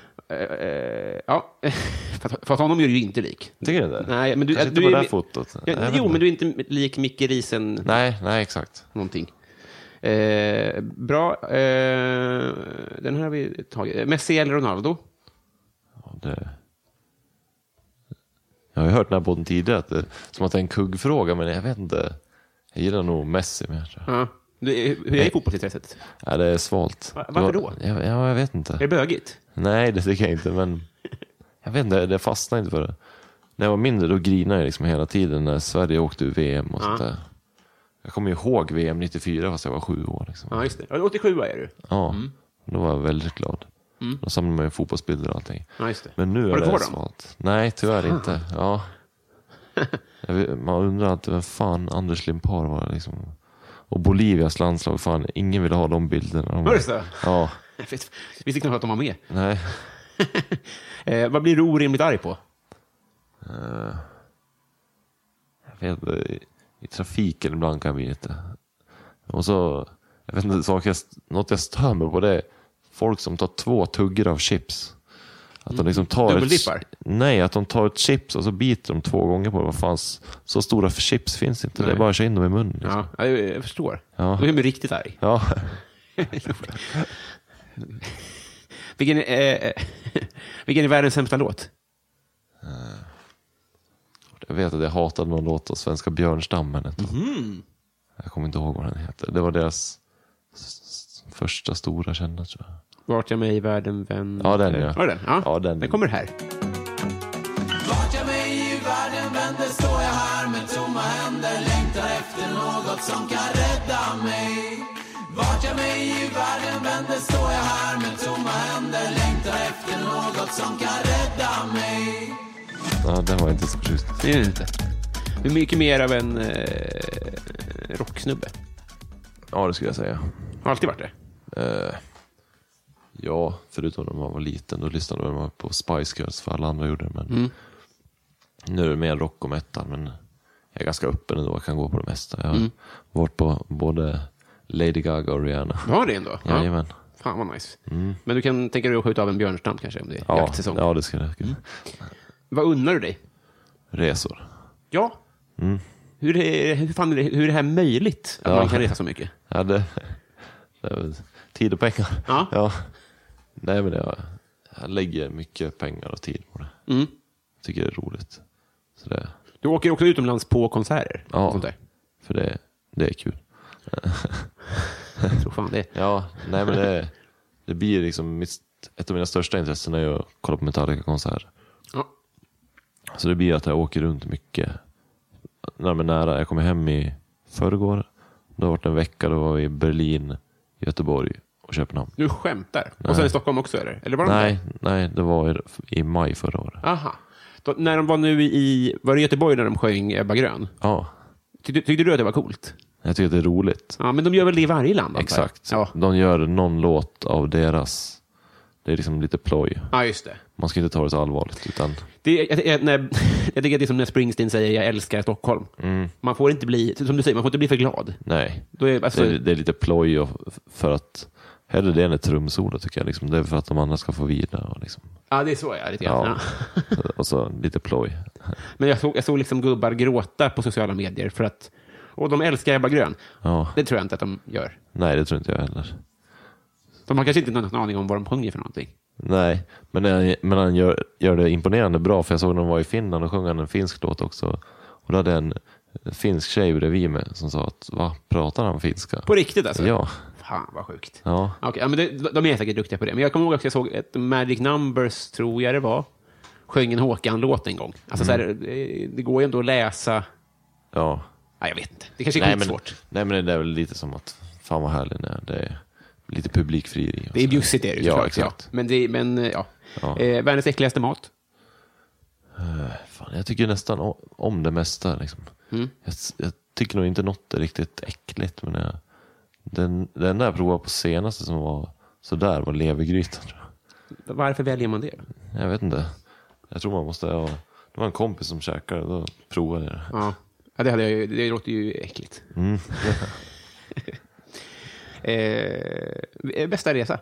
För att honom gör ju inte lik. Tycker du det? Nej, men du inte på det här fotot. Men du är inte lik Micke Riesen. Nej, exakt. Någonting. Bra. Den här har vi tagit. Messi eller Ronaldo? Ja, jag har ju hört den här podden tidigare att som att det är en kuggfråga, men jag vet inte. Jag gillar nog Messi mer. Ja. Hur är fotbollsintresset? Ja, det är svalt. Varför då? Jag vet inte. Är det bögigt? Nej, det tycker jag inte, men jag vet inte, det fastnar inte för det. När jag var mindre då grinade jag liksom hela tiden när Sverige åkte ur VM och sånt där. Jag kommer ihåg VM 94 fast jag var 7 år. Liksom. Ja, just det. 87 är du. Ja, då var jag väldigt glad. Då samlade man ju fotbollsbilder och allting. Ja, just det. Men nu är det svalt. Nej, tyvärr inte. Ja. Man undrar alltid vem fan Anders Limpar var liksom. Och Bolivias landslag, fan, ingen ville ha de bilderna. Var det så? Ja. Jag visste knappt att de var med. Nej. Vad blir du orimligt arg på? Jag vet, i trafiken ibland kan jag bli lite. Och så, jag vet inte, något jag stör mig på det är folk som tar 2 tuggor av chips. Att de liksom tar att de tar ett chips och så biter de 2 gånger på det. Vad fan, så stora för chips finns inte. Nej. Det är bara att köra in dem i munnen. Liksom. Ja, jag förstår. Ja. Du är mig riktigt arg. Ja. Vilken är världens sämsta låt? Jag vet att jag hatade någon låt av Svenska Björnstammen. Jag kommer inte ihåg vad den heter. Det var deras första stora kända, tror jag. Vart jag mig i världen vän... Ja, den ja. Var det den? Ja, ja den kommer här. Vart jag mig i världen vänder står jag här med tomma händer. Längtar efter något som kan rädda mig. Vart jag mig i världen vänder står jag här med tomma händer. Längtar efter något som kan rädda mig. Ja, den var inte så förtjust. Det är det inte. Du är mycket mer av en rocksnubbe. Ja, det skulle jag säga. Har alltid varit det? Ja, förutom när man var liten. Då lyssnade man på Spice Girls för alla andra gjorde det. Men nu är det mer rock och metal. Men jag är ganska öppen ändå. Jag kan gå på det mesta. Jag har varit på både Lady Gaga och Rihanna. Ja, det ändå? Jajamän. Fan vad nice. Men du kan tänka dig att skjuta av en björnstam kanske om det är jaktsäsong? Ja, det ska det. Vad unnar du dig? Resor. Ja. Hur är det här möjligt att man kan resa så mycket? Ja, det är väl tid och pengar. Ja. Nej, men jag lägger mycket pengar och tid på det. Jag tycker det är roligt. Så det... Du åker också utomlands på konserter? Ja, och sånt där. för det är kul. Jag tror fan det. Ja, nej men det blir liksom ett av mina största intressen är att kolla på Metallica-konserter. Ja. Så det blir att jag åker runt mycket. När jag är nära. Jag kommer hem i förrgår. Det har varit en vecka. Då var vi i Berlin, Göteborg och Köpenhamn. Du skämtar? Nej. Och sen i Stockholm också, eller var de nej, det var i maj förra året. Aha. När de var nu var det Göteborg när de sjöng Ebba Grön? Ja. Tyckte du att det var coolt? Jag tycker att det är roligt. Ja, men de gör väl det i varje land? Exakt. Ja. De gör någon låt av deras. Det är liksom lite ploj. Ja, just det. Man ska inte ta det så allvarligt. Utan... Jag tycker det är som när Springsteen säger jag älskar Stockholm. Man får inte bli, som du säger, man får inte bli för glad. Nej, då är, alltså... det är lite ploj och för att hellre det än ett trumsolo tycker jag. Liksom. Det är för att de andra ska få vila. Och liksom. Ja, det är så lite grann. Ja. Och så lite ploj. Men jag såg liksom gubbar gråta på sociala medier för att och de älskar Ebba Grön. Ja. Det tror jag inte att de gör. Nej, det tror inte jag heller. De har kanske inte någon aning om vad de sjunger för någonting. Nej, men han gör det imponerande bra. För jag såg när de var i Finland och sjöng en finsk låt också. Och då hade en finsk tjej bredvid mig som sa att, va, pratar han finska? På riktigt alltså? Ja. Fan, vad sjukt. Ja. Okay, men de är säkert duktiga på det. Men jag kommer ihåg att jag såg ett Magic Numbers, tror jag det var, sjöng en Håkan-låt en gång. Alltså så här, det går ju ändå att läsa. Ja. Nej, jag vet inte. Det kanske är skitsvårt. Nej, men det är väl lite som att fan vad härligt det är. Lite publikfrieri. Det är bjussigt, det är det. Ja, exakt. Ja. Men världens äckligaste mat? Fan, jag tycker nästan om det mesta. Liksom. Jag tycker nog inte något är riktigt äckligt. Men den enda jag provade på senaste som var sådär var levergrytan. Varför väljer man det? Jag vet inte. Jag tror man måste ha... Det var en kompis som käkade, då provade jag det. Ja, det låter ju äckligt. Bästa resa?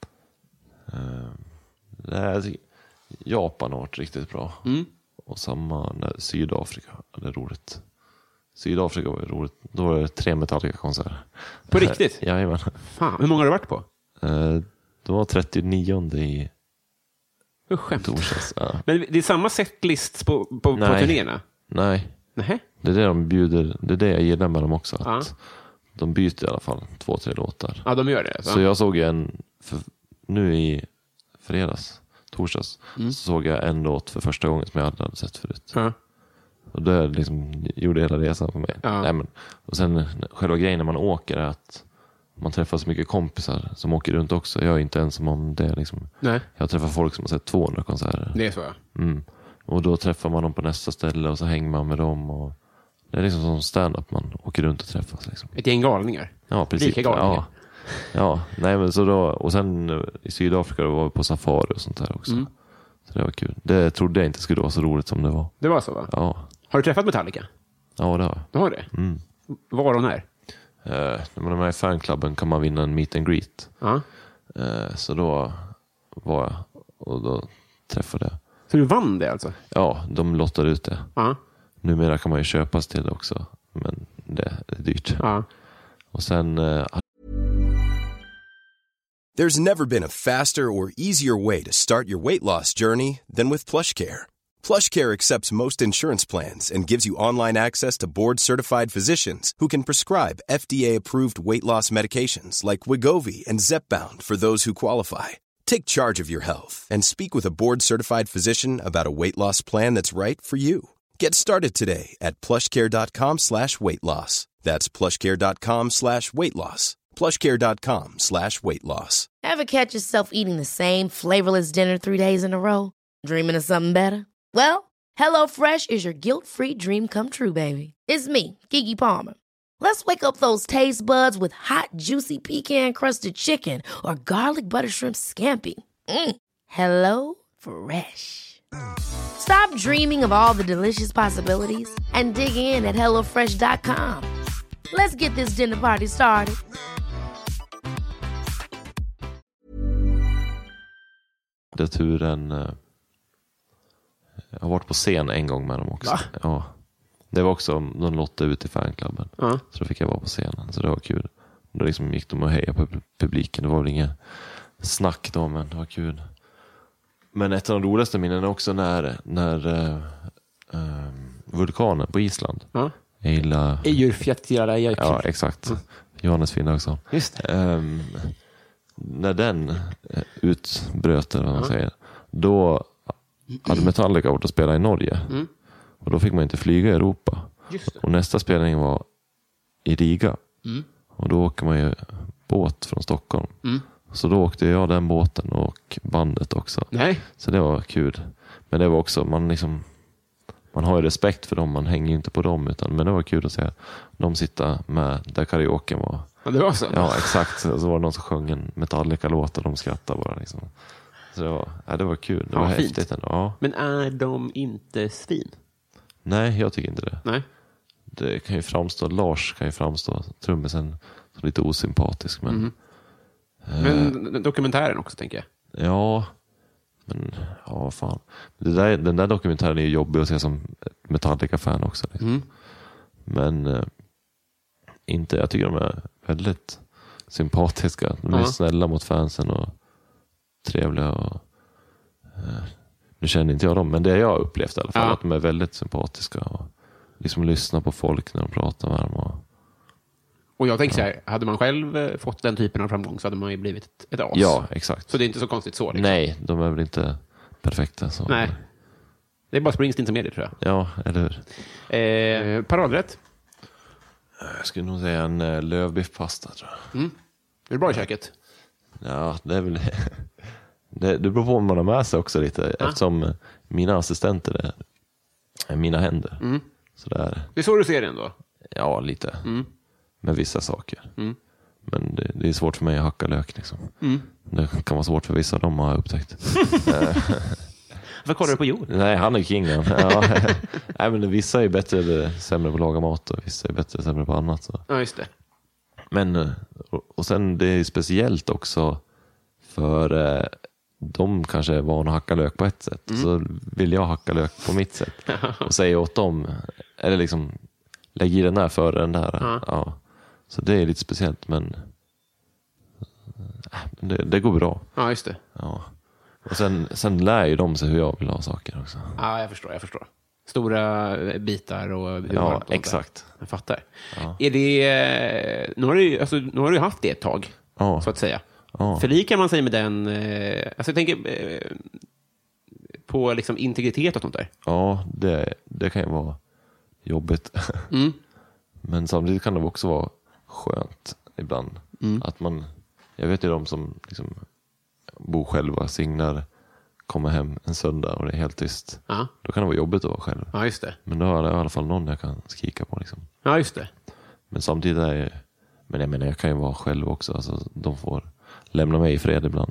Japan har varit riktigt bra. Och samma Sydafrika. Det är roligt. Sydafrika var ju roligt. Då var det 3 Metallica-konserter. På riktigt? Jajamän. Fan, hur många har du varit på? Det var 39 i torsdags. Ja. Men det är samma setlist på turnéerna? Nej. Nähä? Det är det de bjuder. Det är det jag gillar med dem också. Att de byter i alla fall 2-3 låtar. Ja, de gör det. Så jag såg nu i torsdags, så såg jag en låt för första gången som jag aldrig hade sett förut. Och det liksom gjorde hela resan för mig. Ja. Nej, men, och sen själva grejen när man åker är att man träffar så mycket kompisar som åker runt också. Jag är inte ensam om det. Liksom. Nej. Jag träffar folk som har sett 200 konserter. Det är så, ja. Och då träffar man dem på nästa ställe och så hänger man med dem. Och det är liksom som stand-up, man åker runt och träffas. Liksom. Ett gäng galningar. Ja, precis. Lika galningar. Ja, nej men så då, och sen i Sydafrika då var vi på safari och sånt där också. Så det var kul. Det trodde jag inte skulle vara så roligt som det var. Det var så, va? Ja. Har du träffat Metallica? Ja, det har jag. Du har det? Var de här? När man är med i fanklubben kan man vinna en meet and greet. Ja. Så då var jag och då träffade jag. Så du vann det alltså? Ja, de lottade ut det. Ja. Numera kan man ju köpas till det också. Men det är dyrt. Ja. Och sen... There's never been a faster or easier way to start your weight loss journey than with PlushCare. PlushCare accepts most insurance plans and gives you online access to board-certified physicians who can prescribe FDA-approved weight loss medications like Wegovy and Zepbound for those who qualify. Take charge of your health and speak with a board-certified physician about a weight loss plan that's right for you. Get started today at plushcare.com/weightloss. That's plushcare.com/weightloss. plushcare.com/weightloss. Ever catch yourself eating the same flavorless dinner 3 days in a row? Dreaming of something better? Well, HelloFresh is your guilt-free dream come true, baby. It's me, Keke Palmer. Let's wake up those taste buds with hot, juicy pecan-crusted chicken or garlic butter shrimp scampi. Hello Fresh. Stop dreaming of all the delicious possibilities and dig in at HelloFresh.com. Let's get this dinner party started. Det är turen... Jag har varit på scen en gång med dem också. Va? Ja. Det var också de lottade ut i fanklubben. Så då fick jag vara på scenen. Så det var kul. Då liksom gick de och hejade på publiken. Det var väl inget snack då, men det var kul. Men ett av de roligaste minnen är också när vulkanen på Island. Jag gillar... Eyjafjallajökull. Ja, exakt. Johannes Finnlaugsson. Just det. När den utbröt, eller vad man säger, då hade Metallica varit och spela i Norge. Och då fick man inte flyga i Europa. Just det. Och nästa spelning var i Riga. Och då åker man ju båt från Stockholm. Så då åkte jag den båten och bandet också. Nej. Så det var kul. Men det var också, man har ju respekt för dem, man hänger ju inte på dem, men det var kul att se de sitta med där karaoken var. Ja, det var så. Ja, exakt. Så var det någon som sjöng en Metallica-låt och de skrattade bara liksom. Så det var kul. Det var fint. häftigt ändå. Ja. Men är de inte svin? Nej, jag tycker inte det. Nej. Det kan ju framstå, Lars kan ju framstå, trummisen, lite osympatisk, men... Men dokumentären också, tänker jag. Ja, men ja, fan. Den där dokumentären är ju jobbig att se som Metallica-fan också. Liksom. Men inte, jag tycker de är väldigt sympatiska. De är snälla mot fansen och trevliga. Och, nu känner inte jag dem, men det jag har upplevt i alla fall, att de är väldigt sympatiska och liksom lyssnar på folk när de pratar med dem. Och jag tänker så här, hade man själv fått den typen av framgång så hade man ju blivit ett as. Ja, exakt. Så det är inte så konstigt så. Liksom. Nej, de är väl inte perfekta. Så. Nej. Det är bara Springsteen som är det, tror jag. Ja, eller hur? Paradrätt? Jag skulle nog säga en lövbiffpasta, tror jag. Är det bra i köket? Ja, det är väl... det beror på om man har med sig också lite. Eftersom mina assistenter är mina händer. Så där. Det är så du ser det ändå? Ja, lite. Med vissa saker. Men det är svårt för mig att hacka lök. Liksom. Det kan vara svårt för vissa, de har upptäckt. Vad kollar du på jord? Nej, han är kingen. Ja. Nej, men vissa är bättre eller sämre på att laga mat och vissa är bättre eller sämre på annat. Så. Ja, just det. Men, och sen det är speciellt också för de kanske är vana att hacka lök på ett sätt. Så vill jag hacka lök på mitt sätt. Och säga åt dem, eller liksom lägg i den där före den där. Ja. Så det är lite speciellt, men det går bra. Ja, just det. Ja. Och sen lär ju de sig hur jag vill ha saker också. Ja, jag förstår. Stora bitar och... Ja, exakt. Jag fattar. Ja. Är det... Nu har du haft det ett tag, så att säga. Ja. Förlikar man sig med den... Alltså jag tänker på liksom integritet och sånt där. Ja, det kan ju vara jobbigt. Men samtidigt kan det också vara skönt ibland. Att man, jag vet ju de som liksom bor själva, Signar, kommer hem en söndag och det är helt tyst. Ja. Då kan det vara jobbigt att vara själv. Ja, just det. Men då har jag i alla fall någon jag kan kika på. Liksom. Ja, just det. Men samtidigt är jag, men jag menar, jag kan ju vara själv också. Alltså, de får lämna mig i fred ibland.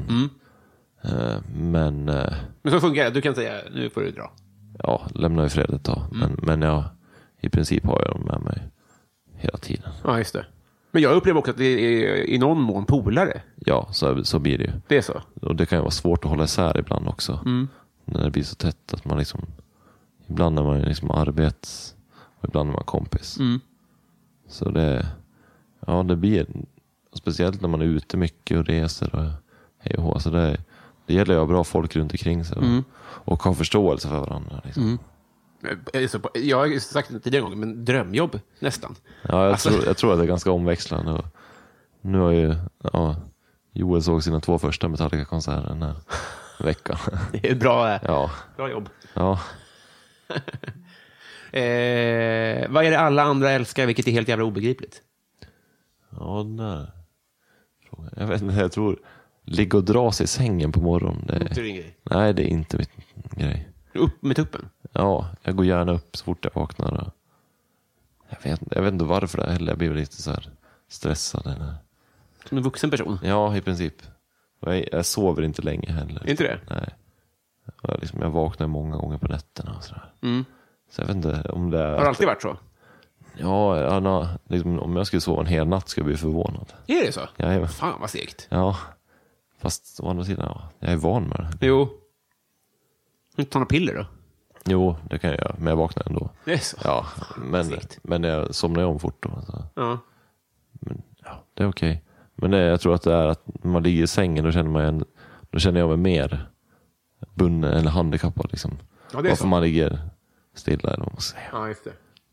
Men så funkar det. Du kan säga, nu får du dra. Ja, lämna i fred ett tag. Men jag, i princip har jag dem med mig hela tiden. Ja, just det. Men jag upplever också att det är i någon mån polare. Ja, så blir det ju. Det är så. Och det kan ju vara svårt att hålla isär ibland också. När det blir så tätt att man liksom, ibland är man liksom arbets och ibland är man kompis. Så det, ja, det blir, speciellt när man är ute mycket och reser och hej och hå. Så det gäller att ha bra folk runt omkring sig och ha förståelse för varandra. Liksom. Jag har sagt det tidigare gånger, men drömjobb nästan. Ja, jag tror att det är ganska omväxlande. Och nu har ju Joel såg sina 2 första Metallica-konserter den här veckan. Det är bra, ja. Bra jobb. Ja. Vad är det alla andra älskar, vilket är helt jävla obegripligt? Ja, den där frågan. Jag vet inte, jag tror ligga och dra sig i sängen på morgonen. Det är din grej? Nej, det är inte min grej. Upp med tuppen? Ja, jag går gärna upp så fort jag vaknar. Och jag vet inte varför det heller. Jag blir lite så här stressad. Eller. Som en vuxen person? Ja, i princip. Jag sover inte länge heller. Inte det? Nej. Jag vaknar många gånger på nätterna och sådär. Så jag vet inte om det är... Har det alltid varit så? Ja, liksom, om jag skulle sova en hel natt skulle jag bli förvånad. Är det så? Ja, fan vad segt. Ja, fast å andra sidan, jag är van med det. Jo. Inte ta några piller då? Jo, det kan jag göra, men jag vaknar ändå. Det är så? Ja, men jag somnar om fort då. Så. Ja. Men ja, det är okej. Men jag tror att det är att när man ligger i sängen då känner jag mig mer bunden eller handikappad liksom. Ja, det är varför så. Man ligger stilla eller vad man säger. Ja, just det.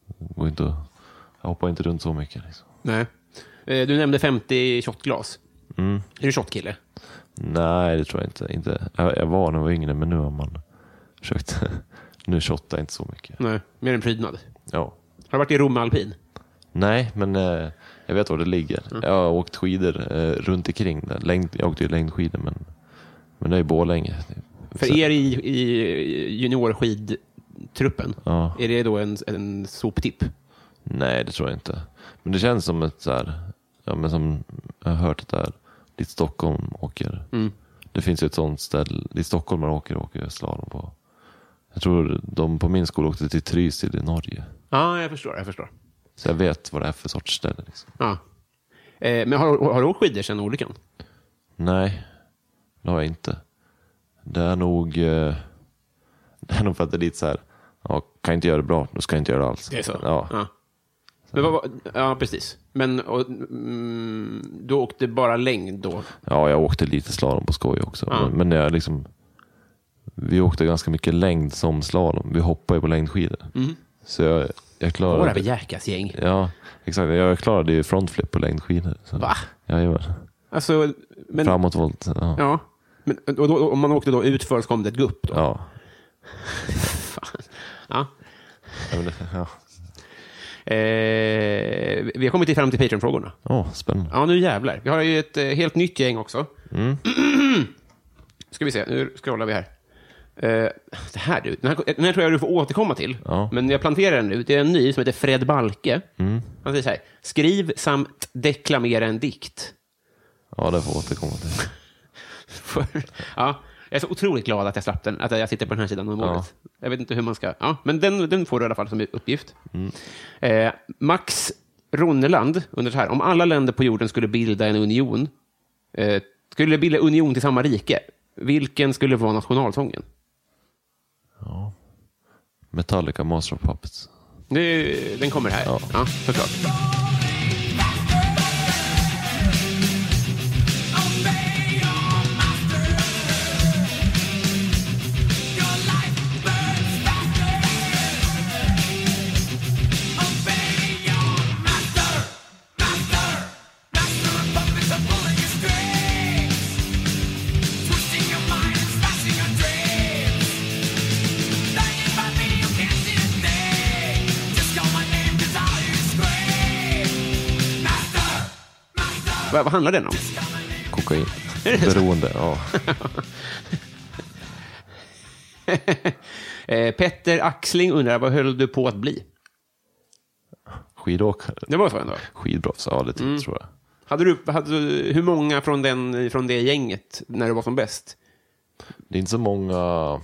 Jag hoppar inte runt så mycket liksom. Nej. Du nämnde 50 shotglas. Är du shotkille? Nej, det tror jag inte. Jag var när jag var yngre, men nu har man försökt. Nu shottar jag inte så mycket. Nej, mer en prydnad. Ja. Har du varit i Rom med alpin? Nej, men jag vet var det ligger. Jag har åkt skidor runt omkring där. Jag åkte ju längdskidor, men det är Borlänge. För er i juniorskidtruppen, är det då en soptipp? Nej, det tror jag inte. Men det känns som ett så här, men som jag har hört det där, dit Stockholm åker. Det finns ju ett sånt ställe, dit stockholmare åker slalom på. Jag tror de på min skola åkte till Trysil i Norge. Ja, jag förstår. Så jag vet vad det är för sorts ställe. Liksom. Ja. Men har du åkt skidor sedan olyckan? Nej, det har jag inte. Det är nog för att det är lite så här, kan jag inte göra det bra, då ska jag inte göra det alls. Det är så? Ja. Men ja, precis. Men du åkte bara längd då? Ja, jag åkte lite slalom på skoj också. Ja. Men jag liksom, vi åkte ganska mycket längd som slalom. Vi hoppade ju på längdskidor. Så jag klarade... Åh, det var jäkasgäng. Ja, exakt. Jag klarade ju frontflip på längdskidor. Så. Va? Jajamän. Alltså, men... Framåtvolt. Ja. Men och då, om man åkte då utför så kom det ett gupp då? Ja. Fan. Ja. Ja. Vi har kommit fram till Patreon-frågorna. Spännande. Ja, nu jävlar. Vi har ju ett helt nytt gäng också. Ska vi se, nu scrollar vi här. Det här, du. Den här tror jag du får återkomma till. Ja. Men jag planterar den nu. Det är en ny som heter Fred Balke. Han säger så här: skriv samt deklamera en dikt. Ja, det får återkomma till. Ja, jag är så otroligt glad att jag slapp den. Att jag sitter på den här sidan om året. Jag vet inte hur man ska... Ja, men den får du i alla fall som uppgift. Max Ronneland undrar så här: om alla länder på jorden skulle bilda en union, skulle bilda union till samma rike, vilken skulle vara nationalsången? Ja. Metallica, Master of Puppets. Den kommer här. Ja, såklart. Just go Vad handlar den om? Kokain. Beroende, ja. Petter Axling undrar, vad höll du på att bli? Skidåkare. Det var så ändå. Skidproffs, ja det tror jag. Hade du, hur många från det gänget när du var som bäst? Det är inte så många...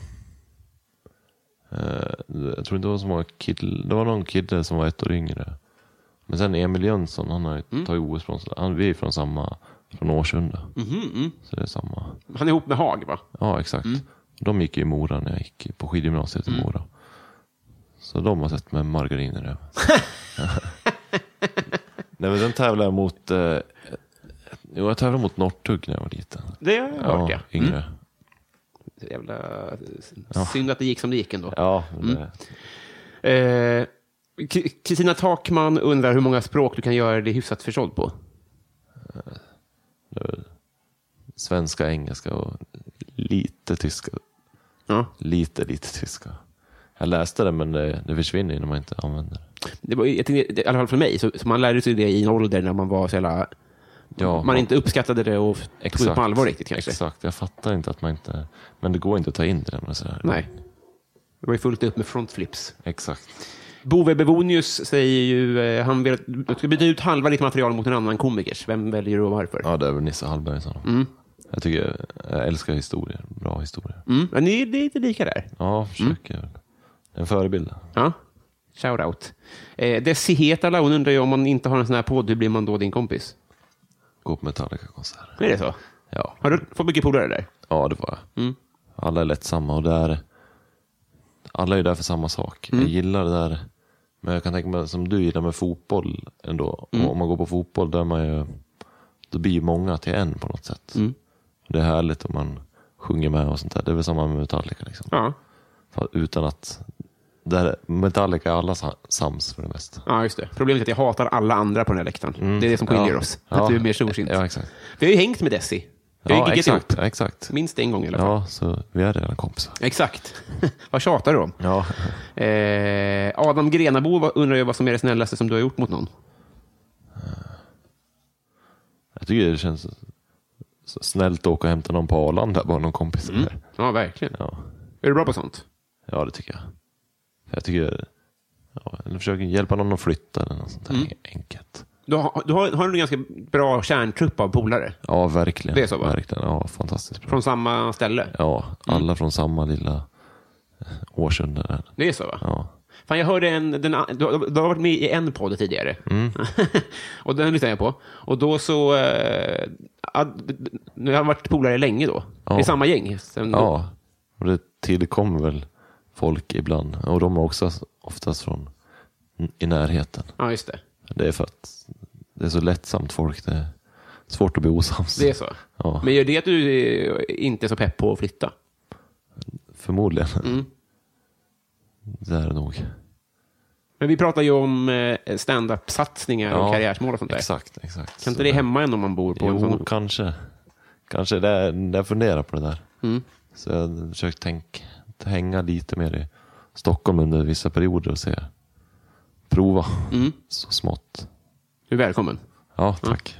jag tror inte det var så många killar. Det var någon kille som var 1 år yngre. Men sen Emil Jönsson, han har ju tagit OS-brons. Vi är från Årsunda. Så det är samma. Han är ihop med Hag, va? Ja, exakt. De gick i Mora när jag gick på skidgymnasiet i Mora. Så de har sett med margariner där. Nej, men den tävlade jag mot... jag tävlade mot Norrtugg när jag var liten. Det har jag hört, ja. Yngre. Jävla synd att det gick som det gick ändå. Ja, Kristina Takman undrar hur många språk du kan göra det hyfsat förstådd på. Svenska, engelska och lite tyska. Ja. Lite tyska. Jag läste det, men det försvinner när man inte använder det. Det var, jag tänkte, i alla fall för mig, så man lärde sig det i en ålder när man var så jävla... Ja, man inte uppskattade det och tog det på allvar riktigt kanske. Exakt, jag fattar inte att man inte... Men det går inte att ta in det. Sådär. Nej. Det var ju fullt upp med frontflips. Exakt. Bove Bevonius säger ju, han vill ska byta ut halva ditt material mot en annan komikers. Vem väljer du och varför? Ja, det är väl Nisse Hallberg. Jag älskar historier. Bra historier. Men det är lite lika där. Ja, försöker. En förebild. Ja, shout out. Desi Hetala, hon undrar ju om man inte har en sån här podd, hur blir man då din kompis? Gå på Metallica-konsert. Är det så? Ja. Har du fått mycket polare där? Ja, det var jag. Alla är lättsamma och alla är där för samma sak. Jag gillar det där. Men jag kan tänka mig, som du gillar med fotboll ändå. Om man går på fotboll, där man ju, då blir många till en på något sätt. Det är härligt om man sjunger med och sånt där. Det är väl samma med Metallica liksom. Ja. Utan att... Metallica är alla sams för det mesta. Ja, just det. Problemet är att jag hatar alla andra på den här läktaren. Det är det som skiljer oss. Att du är mer storsint. Ja, exakt. Vi har ju hängt med Desi. Vi har ju giggat ihop. Exakt. Minst en gång i alla fall. Ja, så vi är redan kompisar. Exakt. Vad tjatar du om? Ja. Adam Grenabo undrar ju vad som är det snällaste som du har gjort mot någon. Jag tycker det känns så snällt att åka och hämta någon på Arlanda, bara någon kompis där. Ja, verkligen. Ja. Är du bra på sånt? Ja, det tycker jag. Jag tycker... eller försöker hjälpa någon att flytta eller något sånt där enkelt. Du har en ganska bra kärntrupp av polare. Ja, verkligen. Det är så, va? Verkligen, ja, fantastiskt bra. Från samma ställe? Ja, alla från samma lilla Årsunda där. Det är så, va? Ja. Fan, jag hörde du har varit med i en podd tidigare. Och den lyssnade jag på. Och då så... nu har jag varit polare länge då. Ja. Det är samma gäng. Ja, och det tillkommer väl folk ibland. Och de är också oftast från i närheten. Ja, just det. Det är för att det är så lättsamt folk. Det är svårt att bli osams. Det är så. Ja. Men gör det att du inte är så pepp på att flytta? Förmodligen. Det är det nog. Men vi pratar ju om stand-up-satsningar och karriärsmål och sånt där. Exakt. Kan inte det hämma en om man bor på en sån? Kanske. Kanske. Jag funderar på det där. Så jag har försökt hänga lite mer i Stockholm under vissa perioder och prova så smått. Du är välkommen. Ja, tack.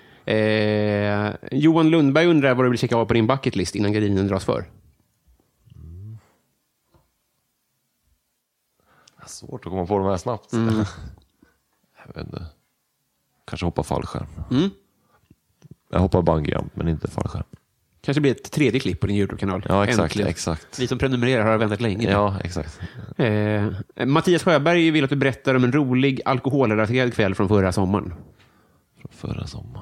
Johan Lundberg undrar vad du vill checka av på din bucketlist innan gardinen dras för. Svårt att komma på de här snabbt. Jag vet inte. Kanske hoppa fallskärm. Jag hoppar bungyjump, men inte fallskärm. Kanske blir ett tredje klipp på din YouTube-kanal. Ja, exakt. Vi som prenumererar har väntat länge. Ja, exakt. Mattias Sjöberg vill att du berättar om en rolig alkoholrelaterad kväll från förra sommaren. Från förra sommaren?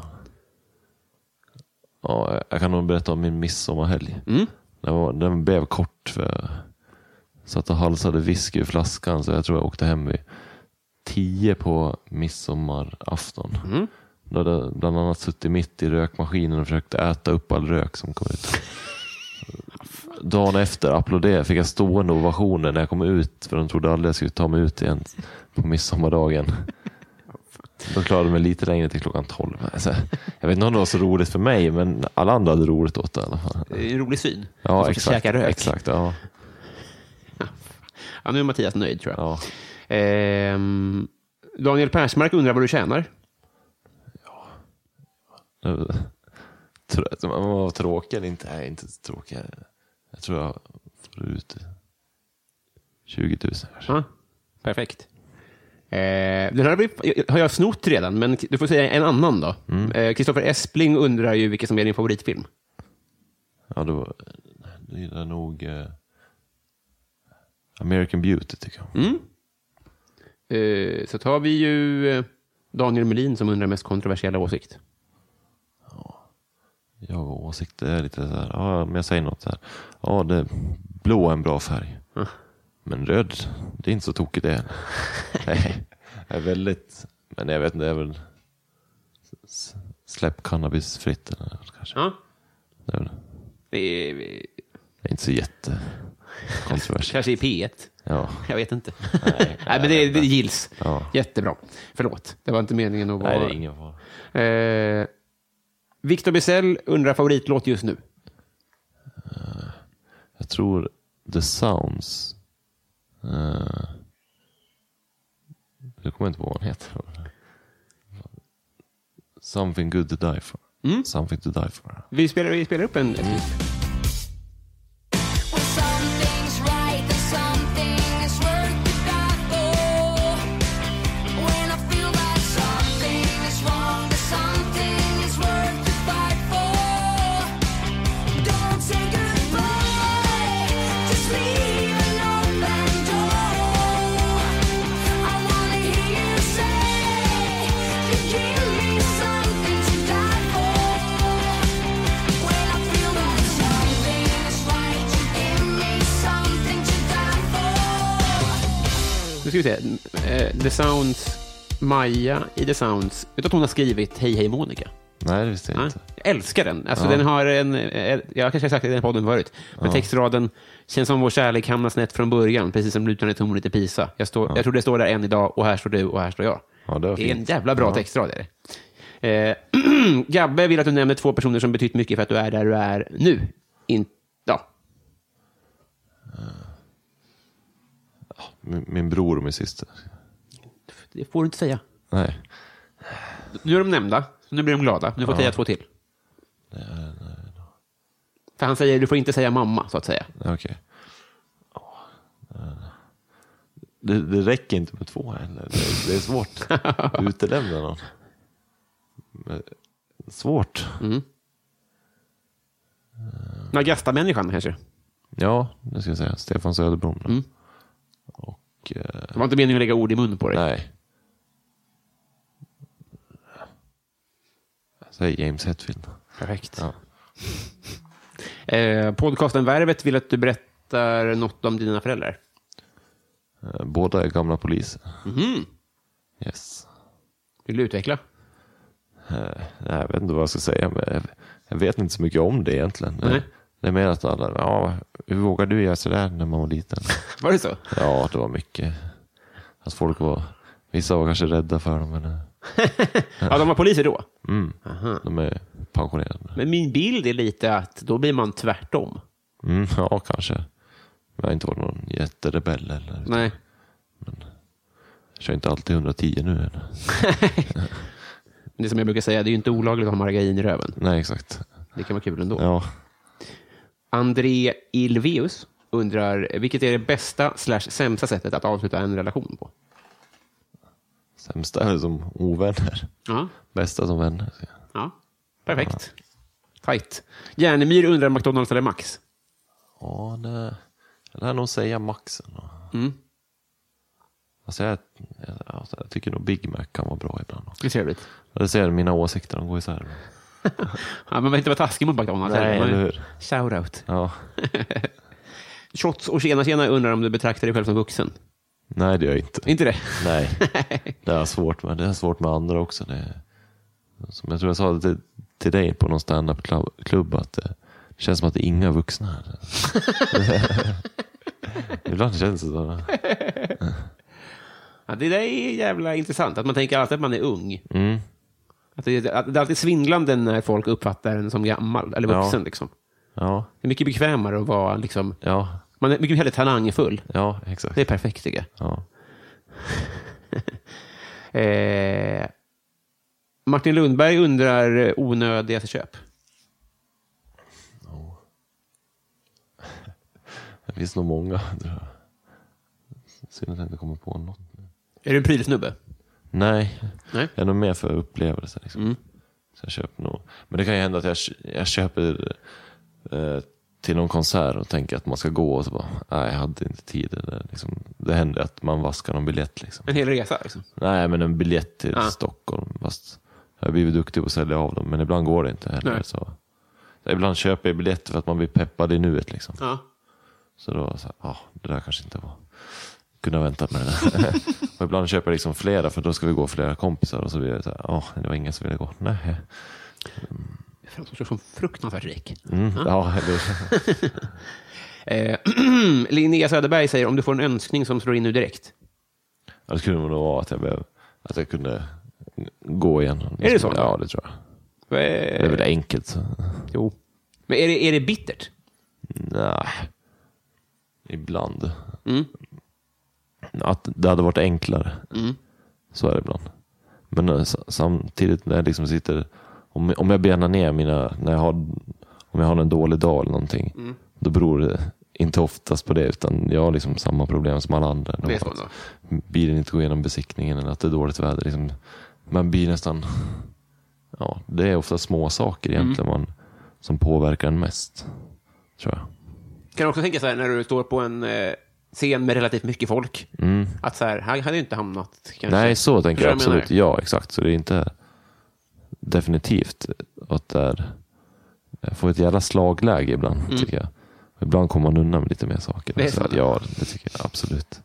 Ja, jag kan nog berätta om min midsommarhelg. Den blev kort för jag satt och halsade whisky i flaskan, så jag tror jag åkte hem vid 10 på midsommarafton. Då hade jag bland annat suttit mitt i rökmaskinen och försökte äta upp all rök som kom ut. Dagen efter applåderade fick jag stående ovationer när jag kom ut, för de trodde aldrig jag skulle ta mig ut igen på midsommardagen. De klarade mig lite längre till klockan 12. Alltså, jag vet inte om det var så roligt för mig, men alla andra hade roligt åt det i alla fall. Det är en rolig syn. Ja, exakt. Käka rök. Exakt, ja. Ja, nu är Mattias nöjd, tror jag. Ja. Daniel Persmark undrar vad du tjänar. Man var tråkig eller inte? Nej, inte tråkig. Jag tror jag får ut 20 000 kanske. Ja, perfekt. Den här har jag snott redan, men du får säga en annan då. Kristoffer Espling undrar ju vilken som är din favoritfilm. Ja, det är nog American Beauty tycker jag. Så tar vi ju Daniel Melin som undrar mest kontroversiella åsikt. Jag har åsikter är lite så här. Ja, men jag säger något så här. Ja, blå är en bra färg. Men röd, det är inte så tokigt det. Nej, jag är väldigt... Men jag vet inte, det är väl... Släpp cannabis fritt eller kanske. Ja. Det är inte så jättekontroversiellt. Kanske i P1. Ja. Jag vet inte. Nej, men det gills. Ja. Jättebra. Förlåt, det var inte meningen att vara... Nej, det är ingen fara. Victor Bizell undrar favoritlåt just nu. Jag tror The Sounds. Jag kommer inte på vad den heter. Something good to die for. Something to die for. Vi spelar upp en klipp. Nu ska vi se. The Sounds, Maja i The Sounds. Vet du att hon har skrivit Hej hej Monica? Nej, det visste jag inte. Jag älskar den. Alltså den har jag kanske har sagt det i den podden förut. Men textraden känns som vår kärlek hamnar snett från början. Precis som lutande tornet i Pisa. Jag tror det står där än idag och här står du och här står jag. Ja, det är en jävla bra textrad är det. Gabbe vill att du nämner 2 personer som betytt mycket för att du är där du är nu. Min bror och min syster. Det får du inte säga. Nej. Nu är de nämnda. Nu blir de glada. Nu får säga 2 till. Nej. För han säger, du får inte säga mamma, så att säga. Okej. Det räcker inte med 2 heller. Det är svårt. Utelämna någon. Svårt. Nagasta-människan kanske. Ja, det ska jag säga. Stefan Söderblom. Och, det var inte meningen att lägga ord i mun på dig. Nej. Jag säger James Hetfield. Perfekt. Ja. Podcasten Värvet vill att du berättar något om dina föräldrar. Båda är gamla poliser. Yes. Vill du utveckla? Jag vet inte vad jag ska säga. Men jag vet inte så mycket om det egentligen. Nej. Det är mer att alla, hur vågar du göra sådär när man var liten? Var det så? Ja, det var mycket. Att folk vissa var kanske rädda för dem. Men... Ja, de var poliser då? De är pensionerade. Men min bild är lite att då blir man tvärtom. Ja, kanske. Jag har inte varit någon jätterebell eller. Nej. Men jag kör inte alltid 110 nu. Eller? Det som jag brukar säga, det är ju inte olagligt att ha margarin i röven. Nej, exakt. Det kan vara kul ändå. Ja. André Ilveus undrar, vilket är det bästa/sämsta sättet att avsluta en relation på? Sämsta är som ovänner. Ja. Bästa som vänner. Ja, perfekt. Fight. Järnemyr undrar McDonald's eller Max? Ja, det lär nog säga Maxen. Alltså jag tycker nog Big Mac kan vara bra ibland. Det är trevligt. Det ser mina åsikter, de går isär. Ja, man vill inte vara taskig mot McDonald's. Nej, eller hur? Shoutout. Ja. Shots och tjena undrar om du betraktar dig själv som vuxen. Nej, det gör jag inte. Inte det? Nej, det är svårt med andra också. Som jag tror jag sa till dig på någon stand-up-klubb att det känns som att det är inga vuxna här. Ibland känns det så. Ja, det där är jävla intressant. Att man tänker alltid att man är ung. Att det är alltid svindlande när folk uppfattar en som gammal eller vuxen. Ja. Liksom. Ja. Det är mycket bekvämare att vara liksom... Ja. Man är mycket hellre talangfull. Ja, exakt. Det är perfekt, tycker jag. Ja. Martin Lundberg undrar onödigaste köp. Det finns nog många. Synd att jag inte kommer på något. Är du en prylsnubbe? Nej, jag är nog mer för upplevelser. Liksom. Så jag köper nog. Men det kan ju hända att jag köper till någon konsert och tänker att man ska gå och så bara, nej, jag hade inte tid. Eller, liksom, det händer att man vaskar någon biljett. Liksom. En hel resa liksom? Nej, men en biljett till Stockholm. Fast jag har blivit duktig på att sälja av dem, men ibland går det inte heller. Så ibland köper jag biljetter för att man blir peppad i nuet. Liksom. Ja. Så då, det där kanske inte var... Kunna vänta med det där. Och ibland köper jag liksom flera, för då ska vi gå flera kompisar. Och så blir det så här, det var ingen som ville gå. Nej. Det framstår som fruktansvärt rik. Ja, Linnea Söderberg säger, om du får en önskning som slår in nu direkt. Ja, det skulle nog vara att jag kunde gå igen. Är det så? Ja, det tror jag. Det är väl enkelt. Så. Jo. Men är det bittert? Nej. Ibland. Att det hade varit enklare. Så är det ibland. Men samtidigt när jag liksom sitter, om jag benar ner om jag har en dålig dag eller någonting, då beror det inte oftast på det, utan jag har liksom samma problem som alla andra. Det är så då. Bilen inte går igenom besiktningen eller att det är dåligt väder. Liksom, man blir nästan... Ja, det är ofta små saker egentligen som påverkar en mest, tror jag. Kan du också tänka så här, när du står på en scen med relativt mycket folk, att så här hade ju inte hamnat kanske. Nej, så tänker jag absolut. Ja, exakt. Så det är inte definitivt att jag får ett jävla slagläge ibland, tycker jag. Och ibland kommer man undan med lite mer saker. Det är så. Ja, det tycker jag absolut.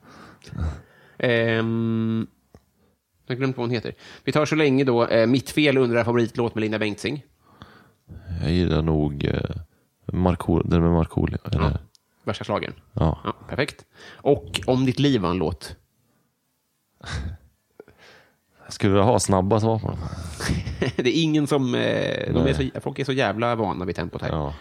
Jag glömde vad hon heter. Vi tar så länge då. Mitt fel undrar favoritlåt med Linda Bengtzing. Jag gillar nog den med Markoolio. Ja. Värsta slagen. Ja. Perfekt. Och Om ditt liv var en låt. Jag skulle ha snabba svar på dem. Det är ingen som... folk är så jävla vana vid tempot här. Ja.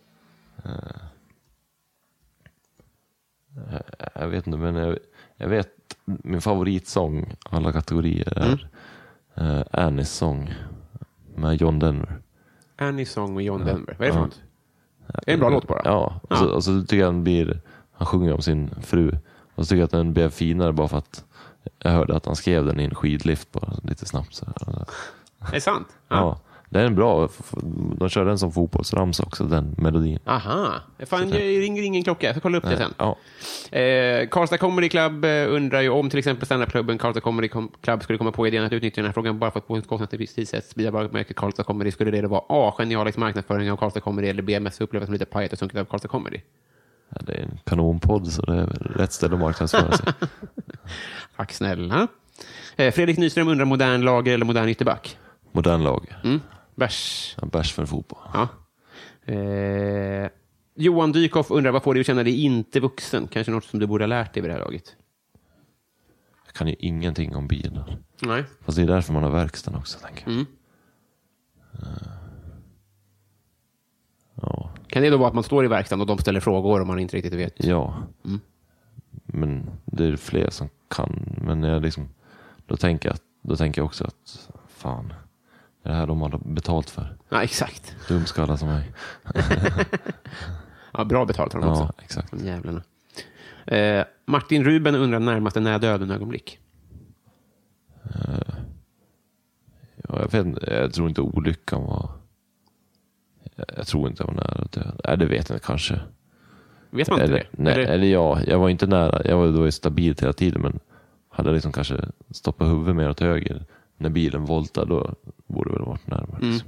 Jag vet inte, men jag vet min favoritsång alla kategorier är Annies sång med John Denver. Annies sång med John Denver. Vad är det för något? Är det en bra låt bara? Ja, och så tycker jag han sjunger om sin fru. Och så tycker jag att den blev finare bara för att jag hörde att han skrev den i en skidlift bara lite snabbt. Så. Är det sant? Ja, det är en bra. De kör den som fotbollsrams också, den melodin. Aha, fan, jag ringer ingen klocka. Jag får kolla upp det sen. Ja. Karlstad Comedy Club undrar ju om till exempel standupklubben Karlstad Comedy Club skulle komma på idén att utnyttja den här frågan bara för att på ett kostnadsvis tidssätt. Vi har bara märkt Karlstad Comedy. Skulle det vara A, genialisk marknadsföring av Karlstad Comedy, eller B, mest upplevas som lite pajet och sunket av Karlstad Comedy? Ja, det är en kanonpodd, så det är rätt ställe att marknadsföra sig. Tack snälla. Fredrik Nyström undrar modern lager eller modern ytterback? Modern lager. Bärs. Ja, bärs för fotboll. Ja. Johan Dykhoff undrar, vad får dig att känna dig inte vuxen? Kanske något som du borde ha lärt dig vid det här laget? Jag kan ju ingenting om bilar. Nej. Fast det är därför man har verkstaden också, tänker jag. Ja. Kan det då vara att man står i verkstaden och de ställer frågor och man inte riktigt vet? Ja. Men det är fler som kan. Men då tänker jag också att fan, det är det här de har betalt för. Ja, exakt. Dumskallar som mig. Ja, bra betalt har de också. Ja, exakt. Jävlarna. Martin Ruben undrar närmast när döden ögonblick. Ja, jag tror inte olyckan var... Jag tror inte jag var nära att döda. Nej, det vet jag kanske. Vet man inte det? Nej, eller jag var inte nära. Jag var då stabilt hela tiden, men hade liksom kanske stoppat huvudet mer åt höger när bilen voltade, då borde det väl varit närmare. Liksom.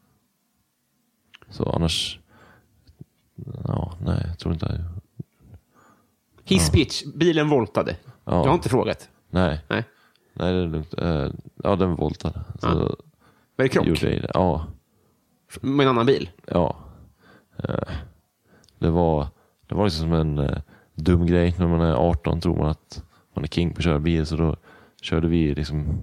Så annars... Ja, nej, jag tror inte... Hisspitch, bilen voltade. Ja. Jag har inte frågat. Nej, det är lugnt. Ja, den voltade. Så var det krock? Ja. Med en annan bil? Ja. Det var liksom som en dum grej. När man är 18 tror man att man är king på att köra bil. Så då körde vi liksom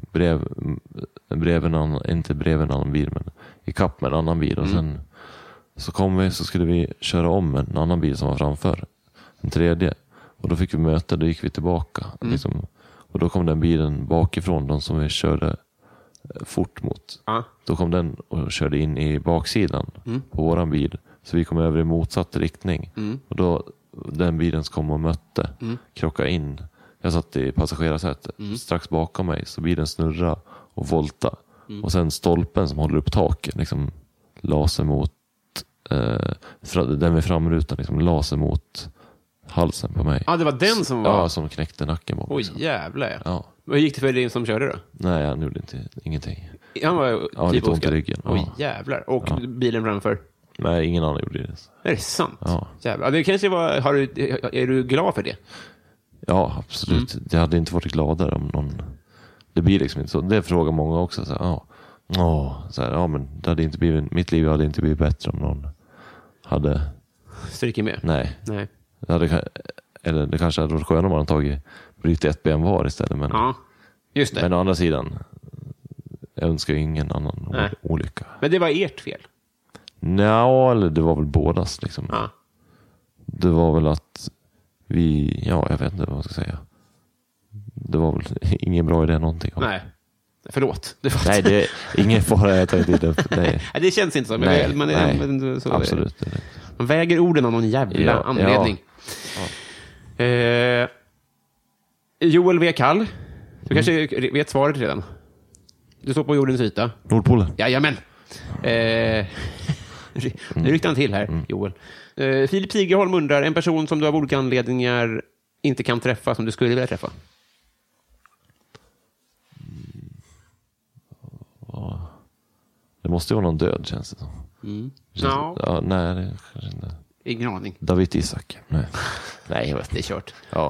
inte bredvid en annan bil, men i kapp med en annan bil. Och sen så kom vi, så skulle vi köra om en annan bil som var framför. En tredje. Och då fick vi möta, då gick vi tillbaka. Liksom. Och då kom den bilen bakifrån, de som vi körde fort mot. Då kom den och körde in i baksidan på våran bil. Så vi kom över i motsatt riktning. Och då den bilen som kom och mötte krockade in. Jag satt i passagerarsätet strax bakom mig, så bilen snurrade och volta. Och sen stolpen som håller upp taket liksom la sig mot den med framrutan liksom la sig mot halsen på mig. Ja, det var den som var... Ja, som knäckte nacken på mig. Oj, jävlar. Ja. Hur gick det för dig som körde då? Nej, han gjorde ingenting. Han var lite ont i ryggen. Oj, jävlar. Och bilen framför? Nej, ingen annan gjorde det. Är det sant? Ja. Jävlar. Det kanske var... Är du glad för det? Ja, absolut. Jag hade inte varit gladare om någon... Det blir liksom inte så. Det frågar många också. Men det hade inte blivit... Mitt liv hade inte blivit bättre om någon hade... Stryker med? Nej. Eller det kanske hade varit skönare om man hade tagit bryta ett ben var istället. Men, ja, just det. Men å andra sidan, jag önskar ingen annan olycka. Men det var ert fel? Nej, eller det var väl bådas liksom. Ja. Det var väl att vi, jag vet inte vad jag ska säga. Det var väl ingen bra idé någonting. Nej, förlåt. Nej, det är ingen fara. Jag tänkte det. Nej, det känns inte så. Men nej, så absolut. Man väger orden av någon jävla anledning. Ja. Joel V. Kall. Du kanske vet svaret redan. Du står på jordens yta. Nordpolen. Jajamän. Nu ryckte han till här, Joel. Filip Sigerholm undrar, en person som du av olika anledningar inte kan träffa som du skulle vilja träffa? Det måste ju vara någon död, känns det som. Ja, nej, det kanske inte. Ingen aning. David Isak. Nej, jag vet. Det är kört. Ja.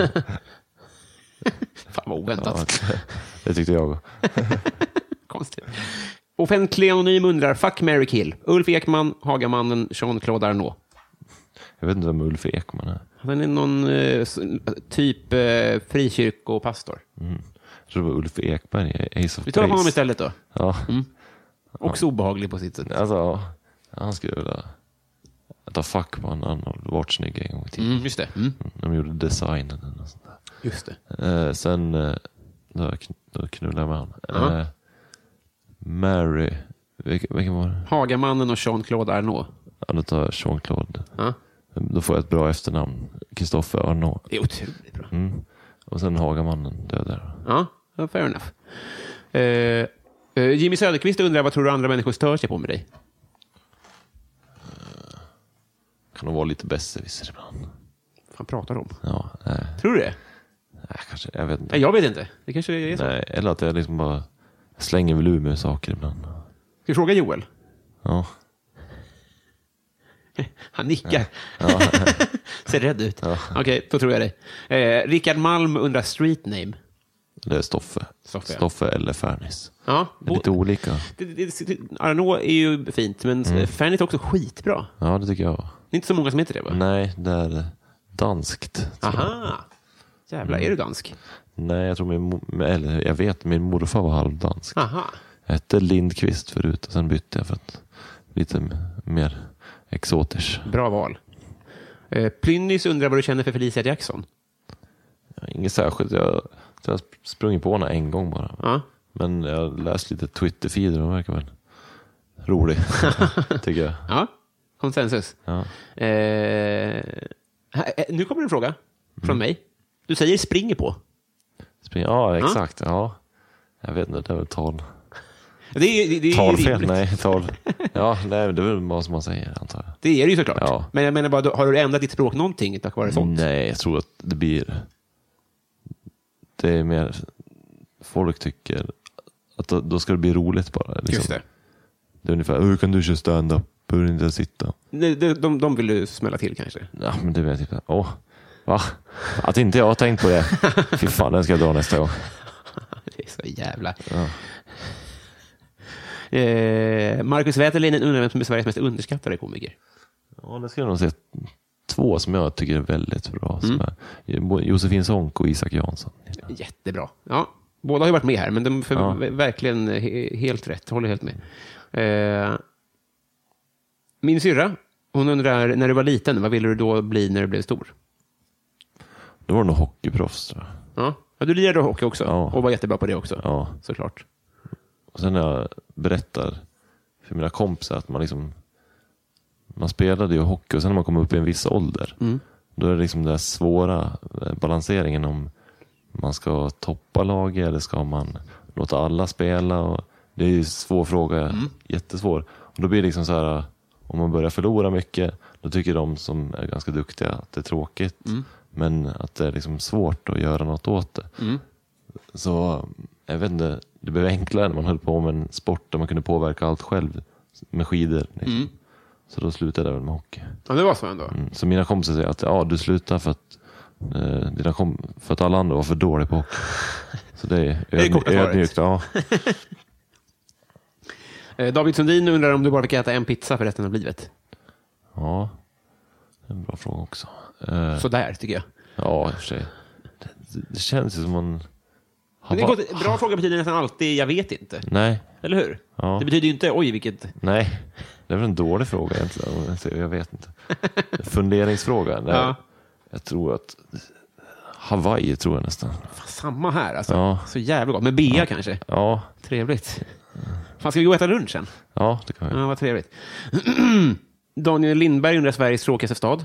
Fan vad oväntat. Ja, det tyckte jag. Konstigt. Offentlig anonym undrar, fuck, marry, kill. Ulf Ekman, Hagamannen, Jean-Claude Arnault. Jag vet inte vem Ulf Ekman är. Han är någon typ frikyrkopastor. Jag tror det var Ulf Ekberg i Ace of Vi tar Base. honom istället då. Ja. Också obehaglig på sitt sätt. Alltså, han skulle vilja ta fuck på en annan Schwarzenegger en gång i tiden. Just det. De gjorde designen och sånt där. Just det. Sen då knullade jag med han. Mary, vilken var det? Hagamannen och Jean-Claude Arnault. Ja, då tar jag Jean-Claude. Då får jag ett bra efternamn. Christopher Arnault. Det är otroligt bra. Och sen Hagamannen dödar. Ja, fair enough. Jimmy Söderqvist undrar, vad tror du andra människor stör sig på med dig? Kan de vara lite besserwisser ibland? Vad fan pratar de om? Ja, tror du det? Nej, kanske, jag vet inte. Nej, jag vet inte. Det kanske är så. Nej, eller att jag liksom bara slänger volym med saker ibland. Ska vi fråga Joel? Ja. Han nickar. Ja. Ser rädd ut. Ja. Okej, då tror jag dig. Rickard Malm undrar street name. Det är Stoffe eller Fernis. Ja. Det är lite olika. Arnault är ju fint, men Fernis är också skitbra. Ja, det tycker jag. Det är inte så många som heter det, va? Nej, det är danskt. Aha. Jävlar, är du dansk? Nej, jag tror jag vet, min morfar var halvdansk. Aha. Jag hette Lindqvist förut och sen bytte jag för att lite mer exotisch. Bra val. Plynnis undrar vad du känner för Felicia Jackson. Inget särskilt. Jag har sprungit på henne en gång bara. Ja. Men jag har läst lite Twitter-feeder och verkar väl rolig, tycker jag. Ja, konsensus. Ja. Nu kommer en fråga från mig. Du säger springer på. Ja, exakt. Ja. Jag vet inte, det är väl tal. Det är talfel, rimligt. nej. Ja, nej, det är väl vad som man säger, antar jag. Det är det ju såklart. Ja. Men jag menar bara, har du ändrat ditt språk någonting tack vare sånt? Nej, jag tror att det blir... Det är mer... Folk tycker att då ska det bli roligt bara. Liksom. Just det. Det är ungefär, hur kan du köra stand-up? Behöver inte sitta. De vill du smälla till kanske. Ja, men det vet jag. Va? Att inte jag har tänkt på det. Fy fan, den ska jag dra nästa gång. Det är så jävla... Ja. Marcus Wäterlinen undrar vem som är Sveriges mest underskattade komiker. Ja, det ska jag nog säga 2 som jag tycker är väldigt bra. Som är Josefin Sonck och Isak Jansson. Jättebra. Ja, båda har ju varit med här, men de är verkligen helt rätt. Håller helt med. Min syrra, hon undrar, när du var liten, vad ville du då bli när du blev stor? Då var det nog hockeyproffs, tror jag. Ja, du lirade hockey också. Ja. Och var jättebra på det också. Ja. Såklart. Och sen när jag berättar för mina kompisar att man spelade ju hockey och sen när man kom upp i en viss ålder då är det liksom den svåra balanseringen om man ska toppa laget eller ska man låta alla spela. Och det är ju en svår fråga, jättesvår. Och då blir det liksom så här, om man börjar förlora mycket, då tycker de som är ganska duktiga att det är tråkigt. Men att det är liksom svårt att göra något åt det. Så jag vet inte, det blev enklare när man höll på med en sport där man kunde påverka allt själv med skidor. Liksom. Så då slutade jag väl med hockey. Ja, det var så ändå. Så mina kompisar säger att du slutar för att alla andra var för dåliga på hockey. Så det är ödmjukt. Ja. David Sundin undrar om du bara fick äta en pizza för resten av livet. Ja, det är en bra fråga också. Så där tycker jag. Ja, i och för sig. Det känns ju som man... Bra fråga betyder nästan alltid jag vet inte. Nej. Eller hur? Ja. Det betyder ju inte oj vilket... Nej, det är väl en dålig fråga egentligen. Jag vet inte. Funderingsfråga. Ja. Jag tror att Hawaii tror jag nästan. Fan, samma här alltså. Ja. Så jävla gott. Med bea kanske. Ja. Trevligt. Fan, ska vi gå och äta lunch sen? Ja, det kan vi. Ja, vad trevligt. Daniel Lindberg undrar Sveriges tråkigaste stad.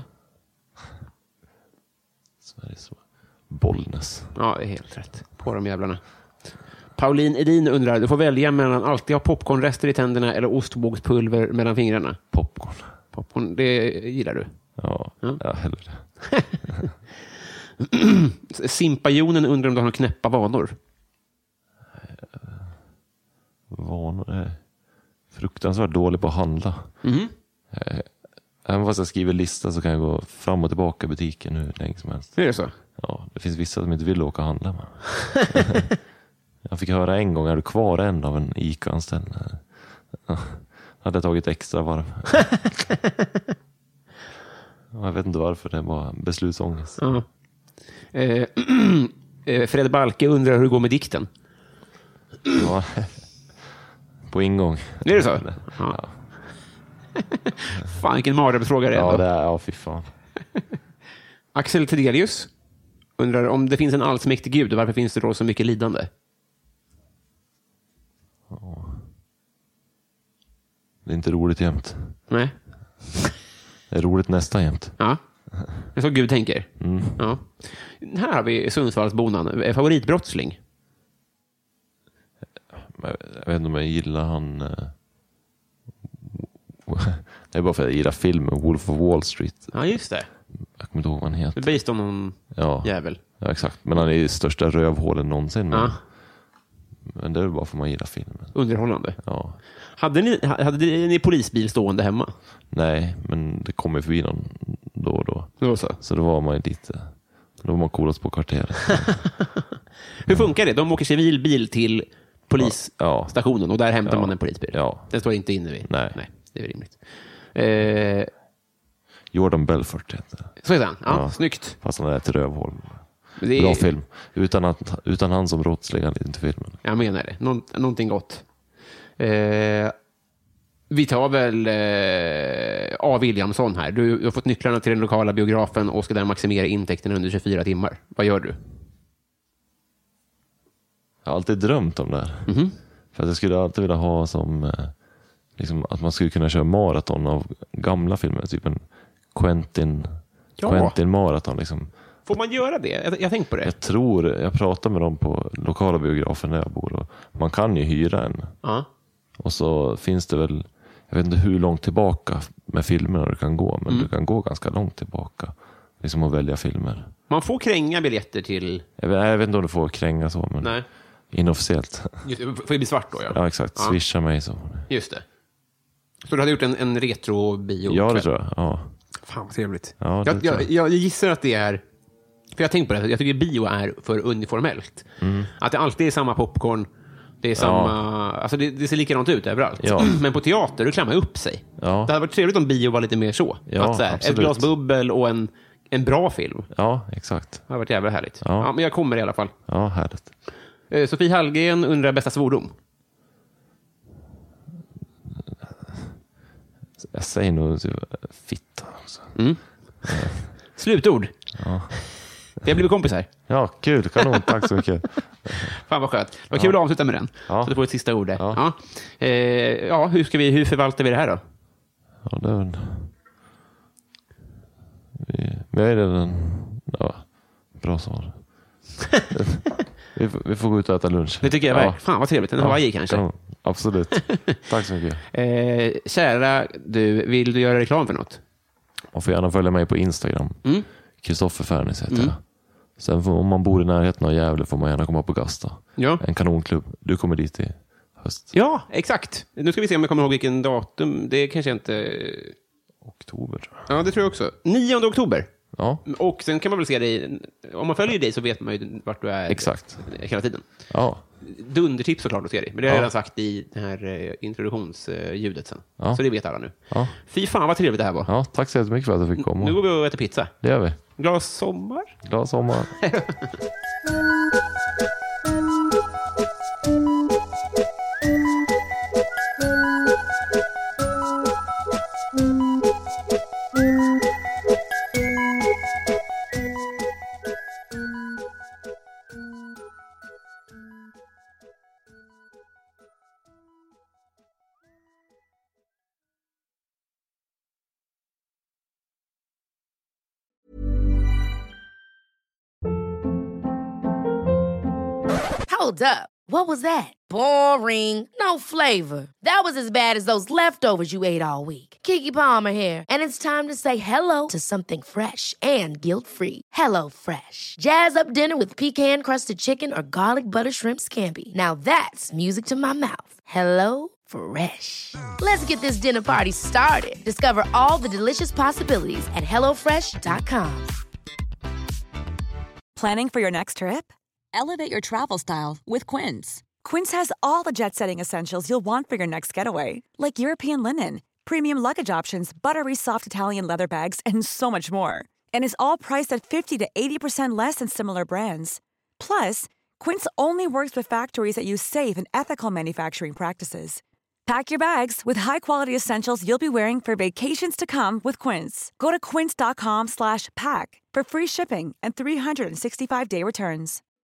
Sveriges Bollnäs. Ja, det är helt rätt. På de jävlarna. Pauline Edin undrar, du får välja mellan alltid ha popcornrester i tänderna eller ostbågspulver mellan fingrarna. Popcorn, det gillar du? Ja, hellre. Simpajonen undrar om du har några knäppa vanor. Vanor är fruktansvärt dålig på att handla. Även fast jag skriver lista så kan jag gå fram och tillbaka i butiken hur länge som helst. Är det så? Ja, det finns vissa som inte vill åka och handla med. Jag fick höra en gång, är du kvar en av en ICA-anställd? Hade jag tagit extra varv. Jag vet inte varför, det är bara beslutsångest. Ja. Fred Balke undrar hur det går med dikten. Ja. På ingång. Är det så? Ja. Fan, vilken mardrömsfråga det är. Ja, det är, ja, fy fan. Axel Tidelius undrar om det finns en allsmäktig gud, varför finns det då så mycket lidande? Ja. Det är inte roligt jämt. Nej. Det är roligt nästan jämt. Ja. Det är så Gud tänker. Ja. Här har vi Sundsvallsbonan. Favoritbrottsling? Jag vet inte om jag gillar han... Det är bara för att jag gillar filmen Wolf of Wall Street. Ja, just det. Jag kommer inte ihåg vad han heter. Det är based on någon jävel. Ja, exakt. Men han är ju största rövhålen någonsin. Ja. Men det är bara för att man gillar filmen. Underhållande. Ja. Hade ni polisbil stående hemma? Nej, men det kommer förbi någon då och då. Så då var man ju lite... Då var man coolast på kvarteret. Hur funkar det? De åker civilbil till polisstationen och där hämtar man en polisbil. Ja. Den står inte inne vid. Nej. Det är rimligt. Jordan Belfort heter det. Så är det. Ja, snyggt. Fast han är ett rövhål. Bra film. Utan han som brottsling är inte filmen. Jag menar det. Någonting gott. Vi tar väl A. Williamson här. Du har fått nycklarna till den lokala biografen och ska där maximera intäkterna under 24 timmar. Vad gör du? Jag har alltid drömt om det här. För att jag skulle alltid vilja ha som liksom, att man skulle kunna köra maraton av gamla filmer. Typ en Quentin maraton liksom. Får man göra det? Jag tänkte på det. Jag pratar med dem på lokala biografen där jag bor. Och man kan ju hyra en. Och så finns det väl, jag vet inte hur långt tillbaka med filmerna du kan gå. Men du kan gå ganska långt tillbaka. Liksom att välja filmer. Man får kränga biljetter till... Jag vet inte om du får kränga så, men nej. Inofficiellt. Just, får det bli svart då? Ja, exakt. Swisha mig så. Just det. Så du hade gjort en retro-bio? Ja, det tror jag. Ja. Fan, vad trevligt. Ja, jag gissar att det är... För jag tänkte på det, jag tycker bio är för uniformellt. Att det alltid är samma popcorn, det är samma... Alltså det ser likadant ut överallt. Ja. Men på teater, du klammar upp sig. Ja. Det hade varit trevligt om bio var lite mer så. Ja, att så här, ett glas bubbel och en bra film. Ja, exakt. Det har varit jävla härligt. Ja, men jag kommer i alla fall. Ja, härligt. Sofie Hallgren undrar bästa svordom. Jag säger nog fitta. Också. Slutord. Ja. Vi har blivit kompisar. Ja, kul. Kanon. Tack så mycket. Fan vad skönt. Det var kul att avsluta med den. Ja. Så du får ett sista ord där. Ja. Ja. Hur förvaltar vi det här då? Ja, det är väl... Vi är redan... Ja, bra svar. vi får gå ut och äta lunch. Det tycker jag verkligen. Fan vad trevligt. En Hawaii kanske. Absolut. Tack så mycket. Kära du, vill du göra reklam för något? Man får gärna följa mig på Instagram. Kristoffer Fernis heter jag. Sen om man bor i närheten av Gävle får man gärna komma på Gasta. Ja. En kanonklubb. Du kommer dit i höst. Ja, exakt. Nu ska vi se om jag kommer ihåg vilken datum. Det kanske inte... Oktober tror jag. Ja, det tror jag också. 9 oktober. Ja. Och sen kan man väl se dig... Om man följer dig så vet man ju vart du är. Exakt. Hela tiden. Ja. Dundertips såklart att se dig. Men det har jag redan sagt i det här introduktionsljudet sen. Ja. Så det vet alla nu. Ja. Fy fan vad trevligt det här var. Ja, tack så mycket för att jag fick komma. Nu går vi och äter pizza. Det gör vi. Glad sommar. Glad sommar. Hold up. What was that? Boring. No flavor. That was as bad as those leftovers you ate all week. Keke Palmer here, and it's time to say hello to something fresh and guilt-free. Hello Fresh. Jazz up dinner with pecan-crusted chicken or garlic butter shrimp scampi. Now that's music to my mouth. Hello Fresh. Let's get this dinner party started. Discover all the delicious possibilities at hellofresh.com. Planning for your next trip? Elevate your travel style with Quince. Quince has all the jet-setting essentials you'll want for your next getaway, like European linen, premium luggage options, buttery soft Italian leather bags, and so much more. And is all priced at 50 to 80% less than similar brands. Plus, Quince only works with factories that use safe and ethical manufacturing practices. Pack your bags with high-quality essentials you'll be wearing for vacations to come with Quince. Go to quince.com/pack for free shipping and 365-day returns.